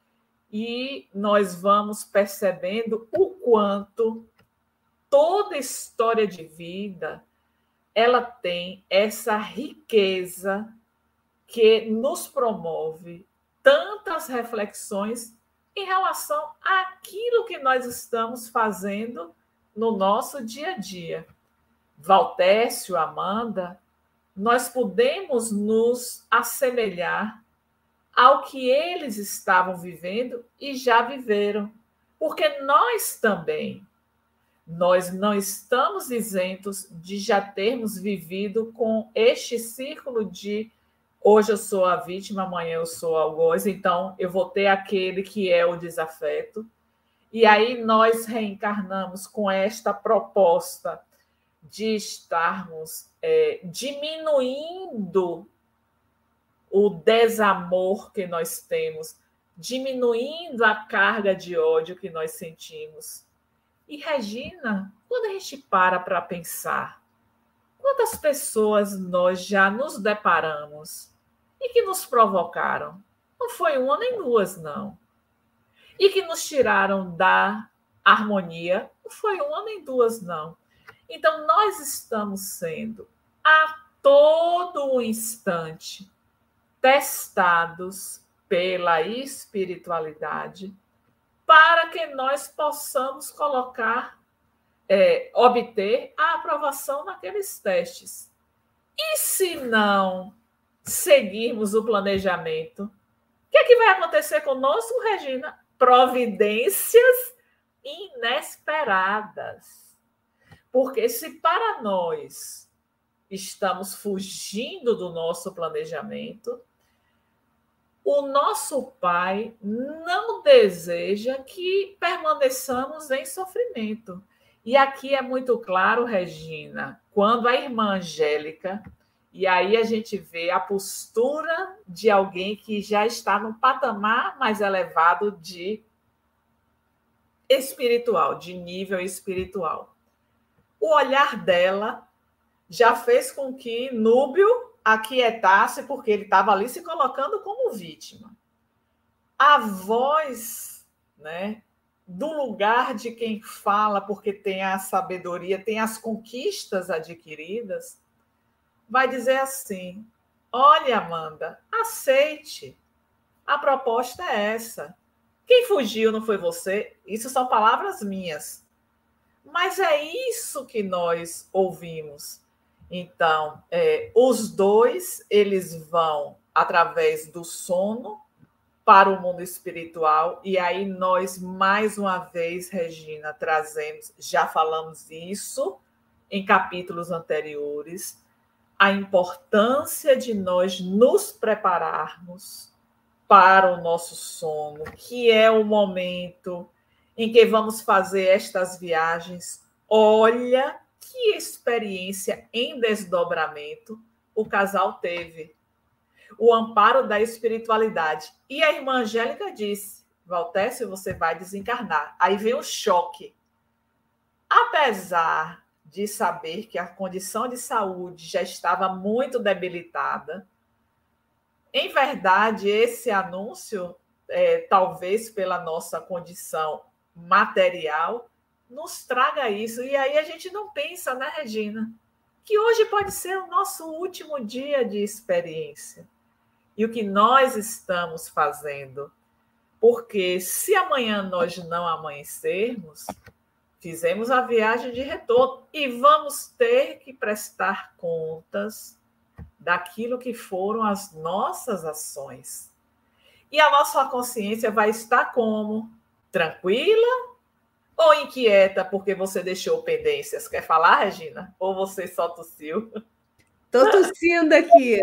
E nós vamos percebendo o quanto toda história de vida ela tem essa riqueza que nos promove tantas reflexões em relação àquilo que nós estamos fazendo no nosso dia a dia. Valtércio, Amanda, nós podemos nos assemelhar ao que eles estavam vivendo e já viveram, porque nós também, nós não estamos isentos de já termos vivido com este círculo de hoje eu sou a vítima, amanhã eu sou o algoz, então eu vou ter aquele que é o desafeto. E aí nós reencarnamos com esta proposta de estarmos diminuindo o desamor que nós temos, diminuindo a carga de ódio que nós sentimos. E, Regina, quando a gente para pensar, quantas pessoas nós já nos deparamos e que nos provocaram? Não foi uma nem duas, não. E que nos tiraram da harmonia? Não foi uma nem duas, não. Então, nós estamos sendo, a todo instante, testados pela espiritualidade para que nós possamos obter a aprovação naqueles testes. E se não seguirmos o planejamento, o que é que vai acontecer conosco, Regina? Providências inesperadas. Porque se para nós estamos fugindo do nosso planejamento, o nosso Pai não deseja que permaneçamos em sofrimento. E aqui é muito claro, Regina, quando a irmã Angélica, e aí a gente vê a postura de alguém que já está num patamar mais elevado de espiritual, de nível espiritual. O olhar dela já fez com que Núbio aquietasse, porque ele estava ali se colocando como vítima. A voz, né, do lugar de quem fala, porque tem a sabedoria, tem as conquistas adquiridas, vai dizer assim: olha, Amanda, aceite. A proposta é essa. Quem fugiu não foi você. Isso são palavras minhas. Mas é isso que nós ouvimos. Então, os dois, eles vão, através do sono, para o mundo espiritual. E aí nós, mais uma vez, Regina, trazemos, já falamos isso em capítulos anteriores, a importância de nós nos prepararmos para o nosso sono, que é o momento em que vamos fazer estas viagens. Olha que experiência em desdobramento o casal teve. O amparo da espiritualidade. E a irmã Angélica disse, Valtécio, você vai desencarnar. Aí vem o choque. Apesar de saber que a condição de saúde já estava muito debilitada, em verdade, esse anúncio, talvez pela nossa condição material, nos traga isso. E aí a gente não pensa, né, Regina? Que hoje pode ser o nosso último dia de experiência. E o que nós estamos fazendo? Porque se amanhã nós não amanhecermos, fizemos a viagem de retorno e vamos ter que prestar contas daquilo que foram as nossas ações. E a nossa consciência vai estar como? Tranquila ou inquieta porque você deixou pendências? Quer falar, Regina? Ou você só tossiu? Estou tossindo aqui.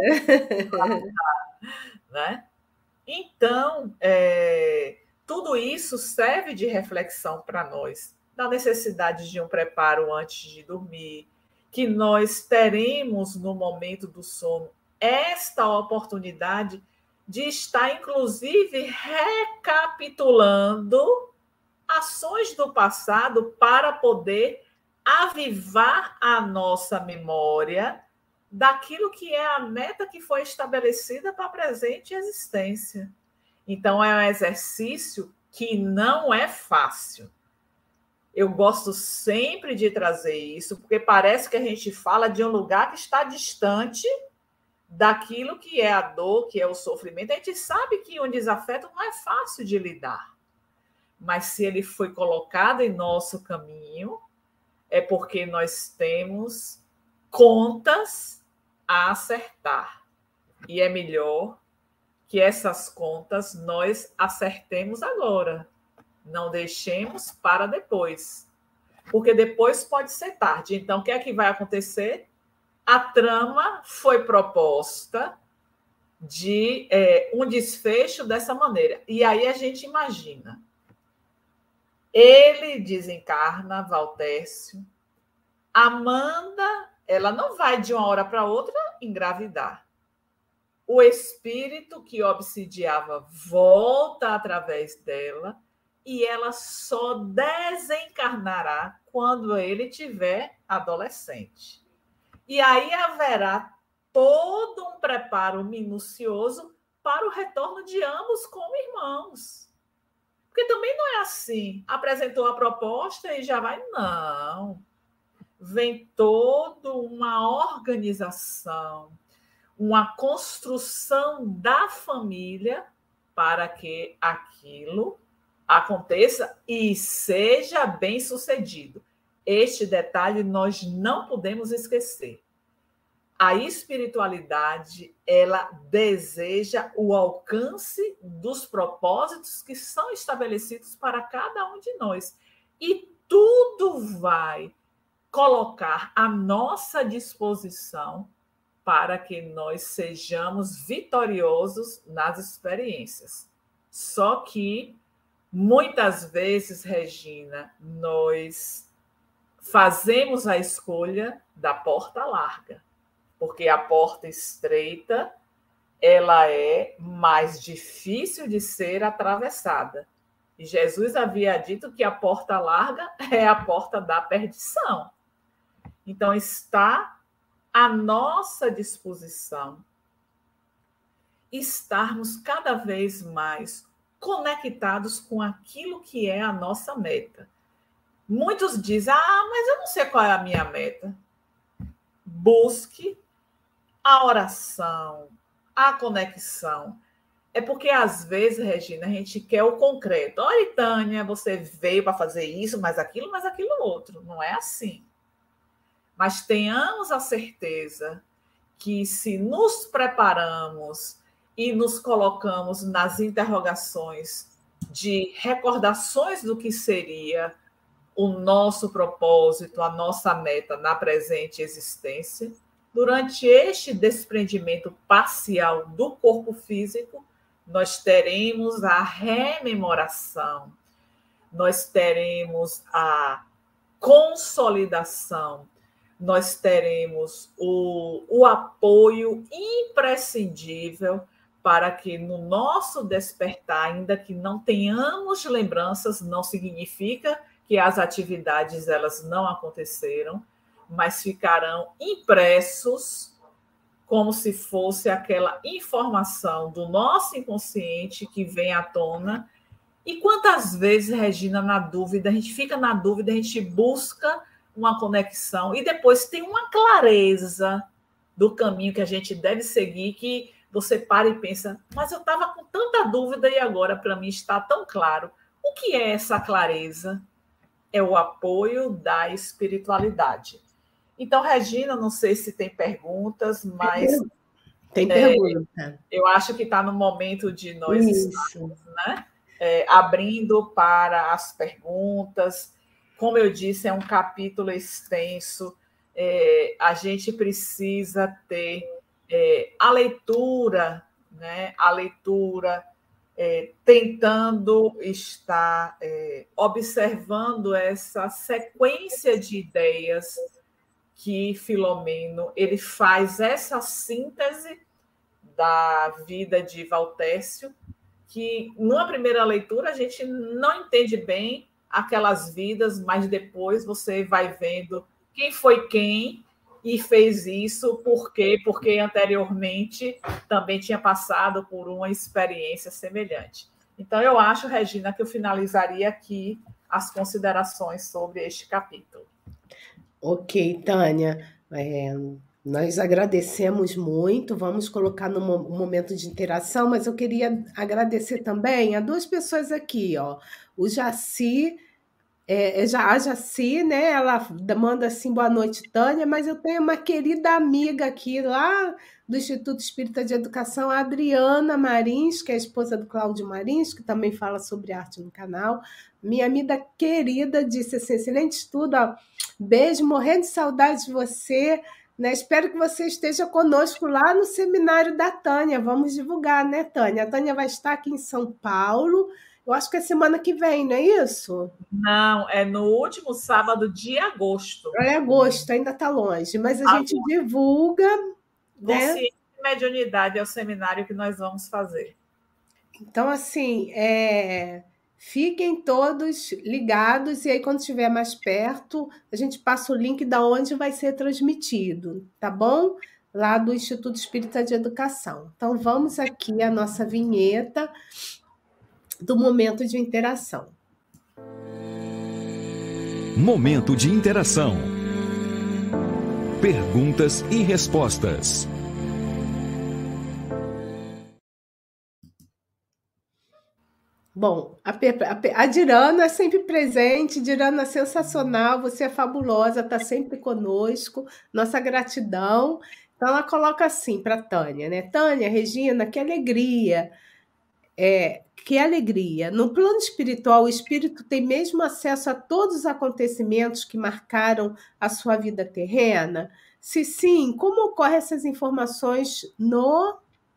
Né? Então, tudo isso serve de reflexão para nós, da necessidade de um preparo antes de dormir, que nós teremos no momento do sono esta oportunidade de estar, inclusive, recapitulando ações do passado para poder avivar a nossa memória daquilo que é a meta que foi estabelecida para a presente existência. Então, é um exercício que não é fácil. Eu gosto sempre de trazer isso, porque parece que a gente fala de um lugar que está distante daquilo que é a dor, que é o sofrimento. A gente sabe que um desafeto não é fácil de lidar, mas se ele foi colocado em nosso caminho, é porque nós temos contas a acertar. E é melhor que essas contas nós acertemos agora. Não deixemos para depois. Porque depois pode ser tarde. Então, o que é que vai acontecer? A trama foi proposta de um desfecho dessa maneira. E aí a gente imagina. Ele desencarna, Valtécio. Amanda, ela não vai de uma hora para outra engravidar. O espírito que obsidiava volta através dela e ela só desencarnará quando ele tiver adolescente. E aí haverá todo um preparo minucioso para o retorno de ambos como irmãos. Porque também não é assim. Apresentou a proposta e já vai. Não. Vem toda uma organização, uma construção da família para que aquilo aconteça e seja bem sucedido. Este detalhe nós não podemos esquecer. A espiritualidade, ela deseja o alcance dos propósitos que são estabelecidos para cada um de nós. E tudo vai colocar à nossa disposição para que nós sejamos vitoriosos nas experiências. Só que, muitas vezes, Regina, nós fazemos a escolha da porta larga, porque a porta estreita, ela é mais difícil de ser atravessada. E Jesus havia dito que a porta larga é a porta da perdição. Então, está à nossa disposição estarmos cada vez mais conectados com aquilo que é a nossa meta. Muitos dizem, mas eu não sei qual é a minha meta. Busque a oração, a conexão. É porque, às vezes, Regina, a gente quer o concreto. Olha, Tânia, você veio para fazer isso, mas aquilo outro. Não é assim. Mas tenhamos a certeza que, se nos preparamos e nos colocamos nas interrogações de recordações do que seria o nosso propósito, a nossa meta na presente existência, durante este desprendimento parcial do corpo físico, nós teremos a rememoração, nós teremos a consolidação, nós teremos o apoio imprescindível para que no nosso despertar, ainda que não tenhamos lembranças, não significa que as atividades elas não aconteceram, mas ficarão impressos como se fosse aquela informação do nosso inconsciente que vem à tona. E quantas vezes, Regina, na dúvida, a gente fica na dúvida, a gente busca uma conexão e depois tem uma clareza do caminho que a gente deve seguir, que você para e pensa, mas eu estava com tanta dúvida e agora para mim está tão claro. O que é essa clareza? É o apoio da espiritualidade. Então, Regina, não sei se tem perguntas, mas... Tem pergunta. Eu acho que está no momento de nós estarmos, né, abrindo para as perguntas. Como eu disse, é um capítulo extenso. A gente precisa ter a leitura, né, tentando estar observando essa sequência de ideias que Filomeno ele faz essa síntese da vida de Valtécio, que numa primeira leitura a gente não entende bem aquelas vidas, mas depois você vai vendo quem foi quem e fez isso, por quê? Porque anteriormente também tinha passado por uma experiência semelhante. Então, eu acho, Regina, que eu finalizaria aqui as considerações sobre este capítulo. Ok, Tânia, nós agradecemos muito, vamos colocar no momento de interação, mas eu queria agradecer também a duas pessoas aqui, ó, o Jaci, a Jaci, né, ela manda assim, boa noite, Tânia, mas eu tenho uma querida amiga aqui, lá do Instituto Espírita de Educação, a Adriana Marins, que é a esposa do Cláudio Marins, que também fala sobre arte no canal. Minha amiga querida disse assim, excelente estudo, ó, beijo, morrendo de saudade de você, né? Espero que você esteja conosco lá no seminário da Tânia, vamos divulgar, né, Tânia? A Tânia vai estar aqui em São Paulo, eu acho que é semana que vem, não é isso? Não, é no último sábado de agosto. É agosto, ainda está longe, mas a gente divulga, né? Consciência e Mediunidade é o seminário que nós vamos fazer. Então, assim, fiquem todos ligados, e aí, quando estiver mais perto, a gente passa o link de onde vai ser transmitido, tá bom? Lá do Instituto Espírita de Educação. Então, vamos aqui à nossa vinheta do momento de interação. Momento de interação. Perguntas e respostas. Bom, a Dirana é sempre presente, Dirana é sensacional, você é fabulosa, está sempre conosco, nossa gratidão. Então, ela coloca assim para a Tânia, né? Tânia, Regina, que alegria! Que alegria! No plano espiritual, o espírito tem mesmo acesso a todos os acontecimentos que marcaram a sua vida terrena? Se sim, como ocorrem essas informações no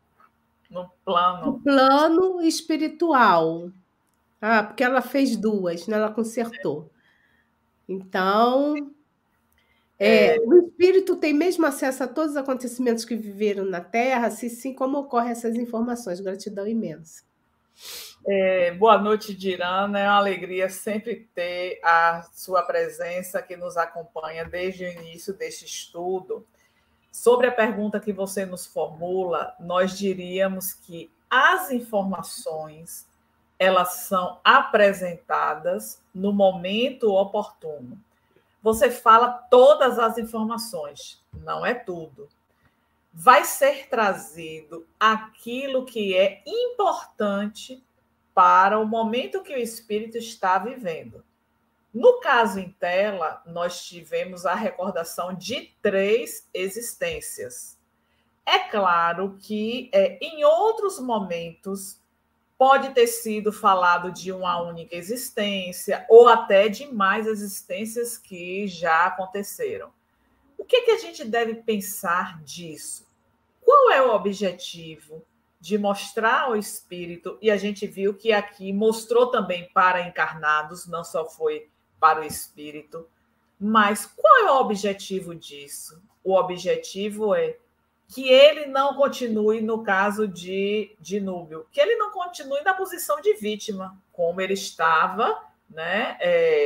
plano espiritual? Porque ela fez duas, né? Ela consertou. Então, o espírito tem mesmo acesso a todos os acontecimentos que viveram na Terra? Se sim, como ocorrem essas informações? Gratidão imensa. Boa noite, Dirana. É uma alegria sempre ter a sua presença que nos acompanha desde o início deste estudo. Sobre a pergunta que você nos formula, nós diríamos que as informações elas são apresentadas no momento oportuno. Você fala todas as informações, não é tudo. Vai ser trazido aquilo que é importante para o momento que o espírito está vivendo. No caso em tela, nós tivemos a recordação de 3 existências. É claro que em outros momentos pode ter sido falado de uma única existência ou até de mais existências que já aconteceram. O que a gente deve pensar disso? Qual é o objetivo de mostrar ao espírito? E a gente viu que aqui mostrou também para encarnados, não só foi para o espírito. Mas qual é o objetivo disso? O objetivo é que ele não continue no caso de Núbio, que ele não continue na posição de vítima, como ele estava, né,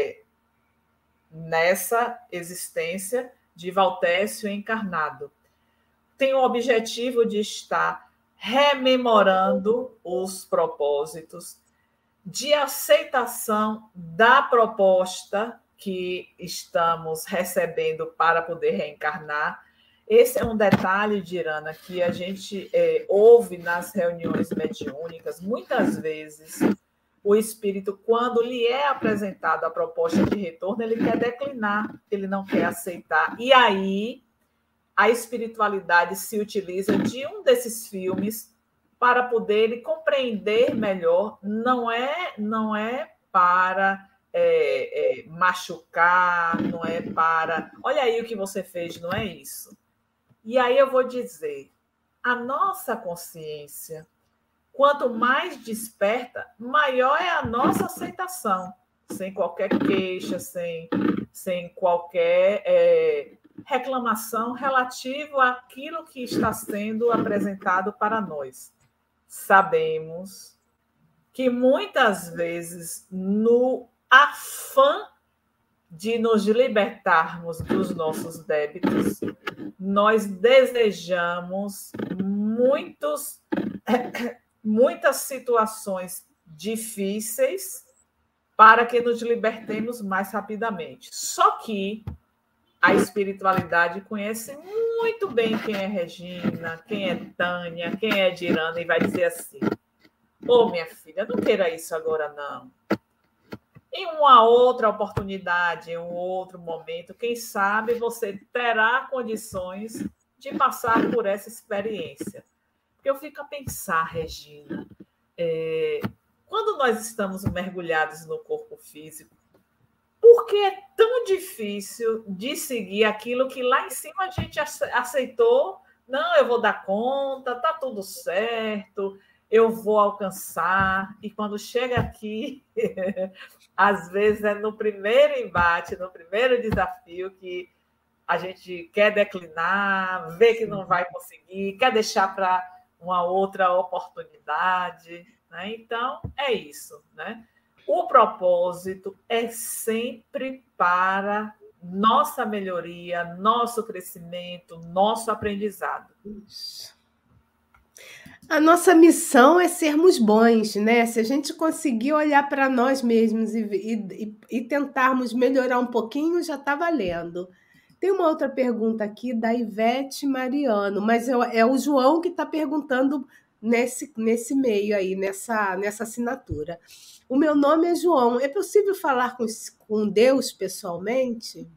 nessa existência de Valtécio encarnado. Tem o objetivo de estar rememorando os propósitos, de aceitação da proposta que estamos recebendo para poder reencarnar. Esse é um detalhe, Dirana, que a gente ouve nas reuniões mediúnicas. Muitas vezes, o espírito, quando lhe é apresentada a proposta de retorno, ele quer declinar, ele não quer aceitar. E aí, a espiritualidade se utiliza de um desses filmes para poder compreender melhor. Não é para machucar, não é para... Olha aí o que você fez, não é isso. E aí eu vou dizer, a nossa consciência, quanto mais desperta, maior é a nossa aceitação, sem qualquer queixa, sem qualquer reclamação relativo àquilo que está sendo apresentado para nós. Sabemos que muitas vezes, no afã de nos libertarmos dos nossos débitos, nós desejamos muitas situações difíceis para que nos libertemos mais rapidamente. Só que a espiritualidade conhece muito bem quem é Regina, quem é Tânia, quem é Dirana, e vai dizer assim: ô, minha filha, não queira isso agora, não. Em uma outra oportunidade, em um outro momento, quem sabe você terá condições de passar por essa experiência. Porque eu fico a pensar, Regina, quando nós estamos mergulhados no corpo físico, por que é tão difícil de seguir aquilo que lá em cima a gente aceitou? Não, eu vou dar conta, tá tudo certo, eu vou alcançar. E quando chega aqui, às vezes é no primeiro embate, no primeiro desafio que a gente quer declinar, vê que não vai conseguir, quer deixar para uma outra oportunidade, né? Então, é isso, né? O propósito é sempre para nossa melhoria, nosso crescimento, nosso aprendizado. A nossa missão é sermos bons, né? Se a gente conseguir olhar para nós mesmos e tentarmos melhorar um pouquinho, já está valendo. Tem uma outra pergunta aqui da Ivete Mariano, mas é o João que está perguntando nesse meio aí, nessa assinatura. O meu nome é João. É possível falar com Deus pessoalmente?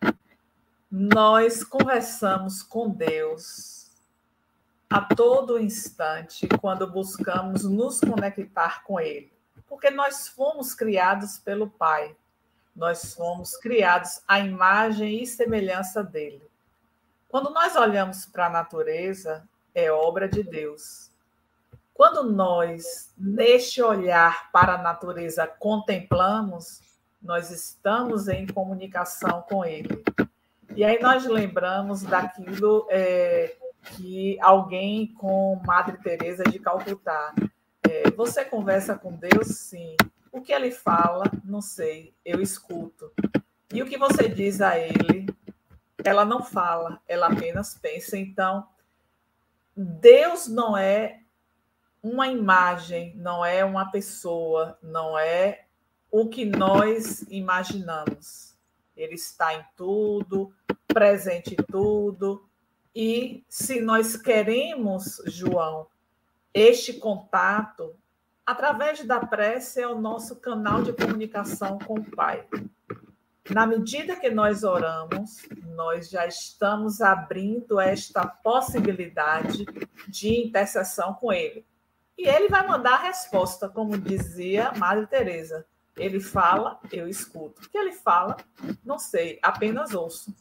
Nós conversamos com Deus a todo instante quando buscamos nos conectar com Ele, porque nós fomos criados pelo Pai. Nós fomos criados à imagem e semelhança dele. Quando nós olhamos para a natureza, é obra de Deus. Quando nós, neste olhar para a natureza, contemplamos, nós estamos em comunicação com ele. E aí nós lembramos daquilo que alguém com Madre Teresa de Calcutá. Você conversa com Deus? Sim. O que ele fala, não sei, eu escuto. E o que você diz a ele, ela não fala, ela apenas pensa. Então, Deus não é uma imagem, não é uma pessoa, não é o que nós imaginamos. Ele está em tudo, presente em tudo. E se nós queremos, João, este contato, através da prece é o nosso canal de comunicação com o Pai. Na medida que nós oramos, nós já estamos abrindo esta possibilidade de intercessão com Ele. E Ele vai mandar a resposta, como dizia Madre Teresa. Ele fala, eu escuto. O que Ele fala, não sei, apenas ouço.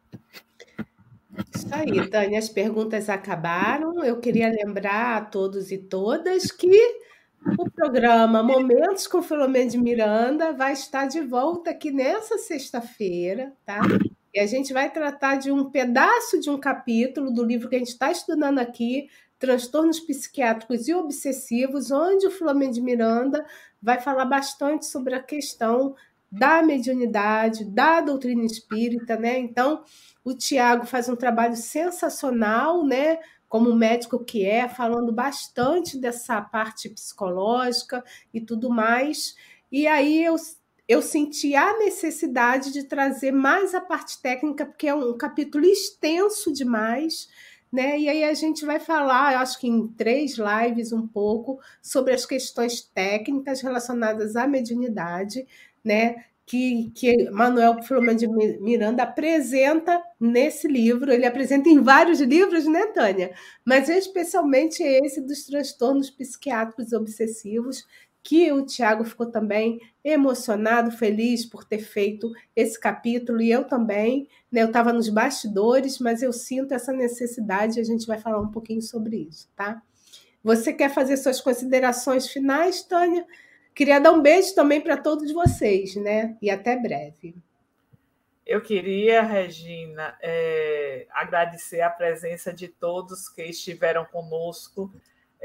Isso aí, Tânia, as perguntas acabaram. Eu queria lembrar a todos e todas que o programa Momentos com Filomena de Miranda vai estar de volta aqui nessa sexta-feira, tá? E a gente vai tratar de um pedaço de um capítulo do livro que a gente está estudando aqui, Transtornos Psiquiátricos e Obsessivos, onde o Filomena de Miranda vai falar bastante sobre a questão da mediunidade, da doutrina espírita, né? Então, o Tiago faz um trabalho sensacional, né? Como médico que é, falando bastante dessa parte psicológica e tudo mais. E aí eu senti a necessidade de trazer mais a parte técnica, porque é um capítulo extenso demais, né? E aí a gente vai falar, eu acho que em 3 lives, um pouco sobre as questões técnicas relacionadas à mediunidade, né? Que Manuel Filomena de Miranda apresenta nesse livro. Ele apresenta em vários livros, né, Tânia? Mas especialmente esse dos transtornos psiquiátricos obsessivos, que o Tiago ficou também emocionado, feliz por ter feito esse capítulo, e eu também, né? Eu estava nos bastidores, mas eu sinto essa necessidade e a gente vai falar um pouquinho sobre isso, tá? Você quer fazer suas considerações finais, Tânia? Queria dar um beijo também para todos vocês, né? E até breve. Eu queria, Regina, agradecer a presença de todos que estiveram conosco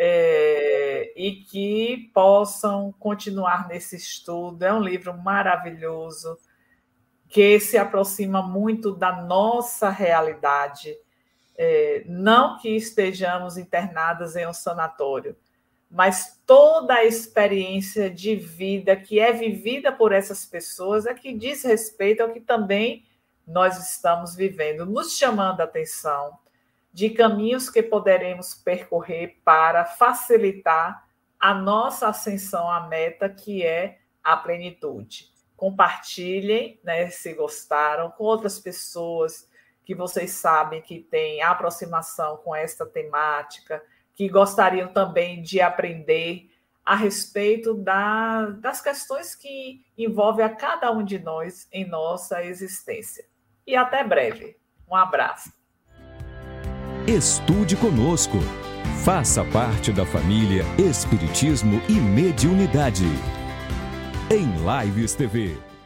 e que possam continuar nesse estudo. É um livro maravilhoso, que se aproxima muito da nossa realidade. Não que estejamos internadas em um sanatório, mas toda a experiência de vida que é vivida por essas pessoas é que diz respeito ao que também nós estamos vivendo, nos chamando a atenção de caminhos que poderemos percorrer para facilitar a nossa ascensão à meta, que é a plenitude. Compartilhem, né, se gostaram, com outras pessoas que vocês sabem que têm aproximação com esta temática, que gostariam também de aprender a respeito das questões que envolvem a cada um de nós em nossa existência. E até breve. Um abraço. Estude conosco. Faça parte da família Espiritismo e Mediunidade. Em Lives TV.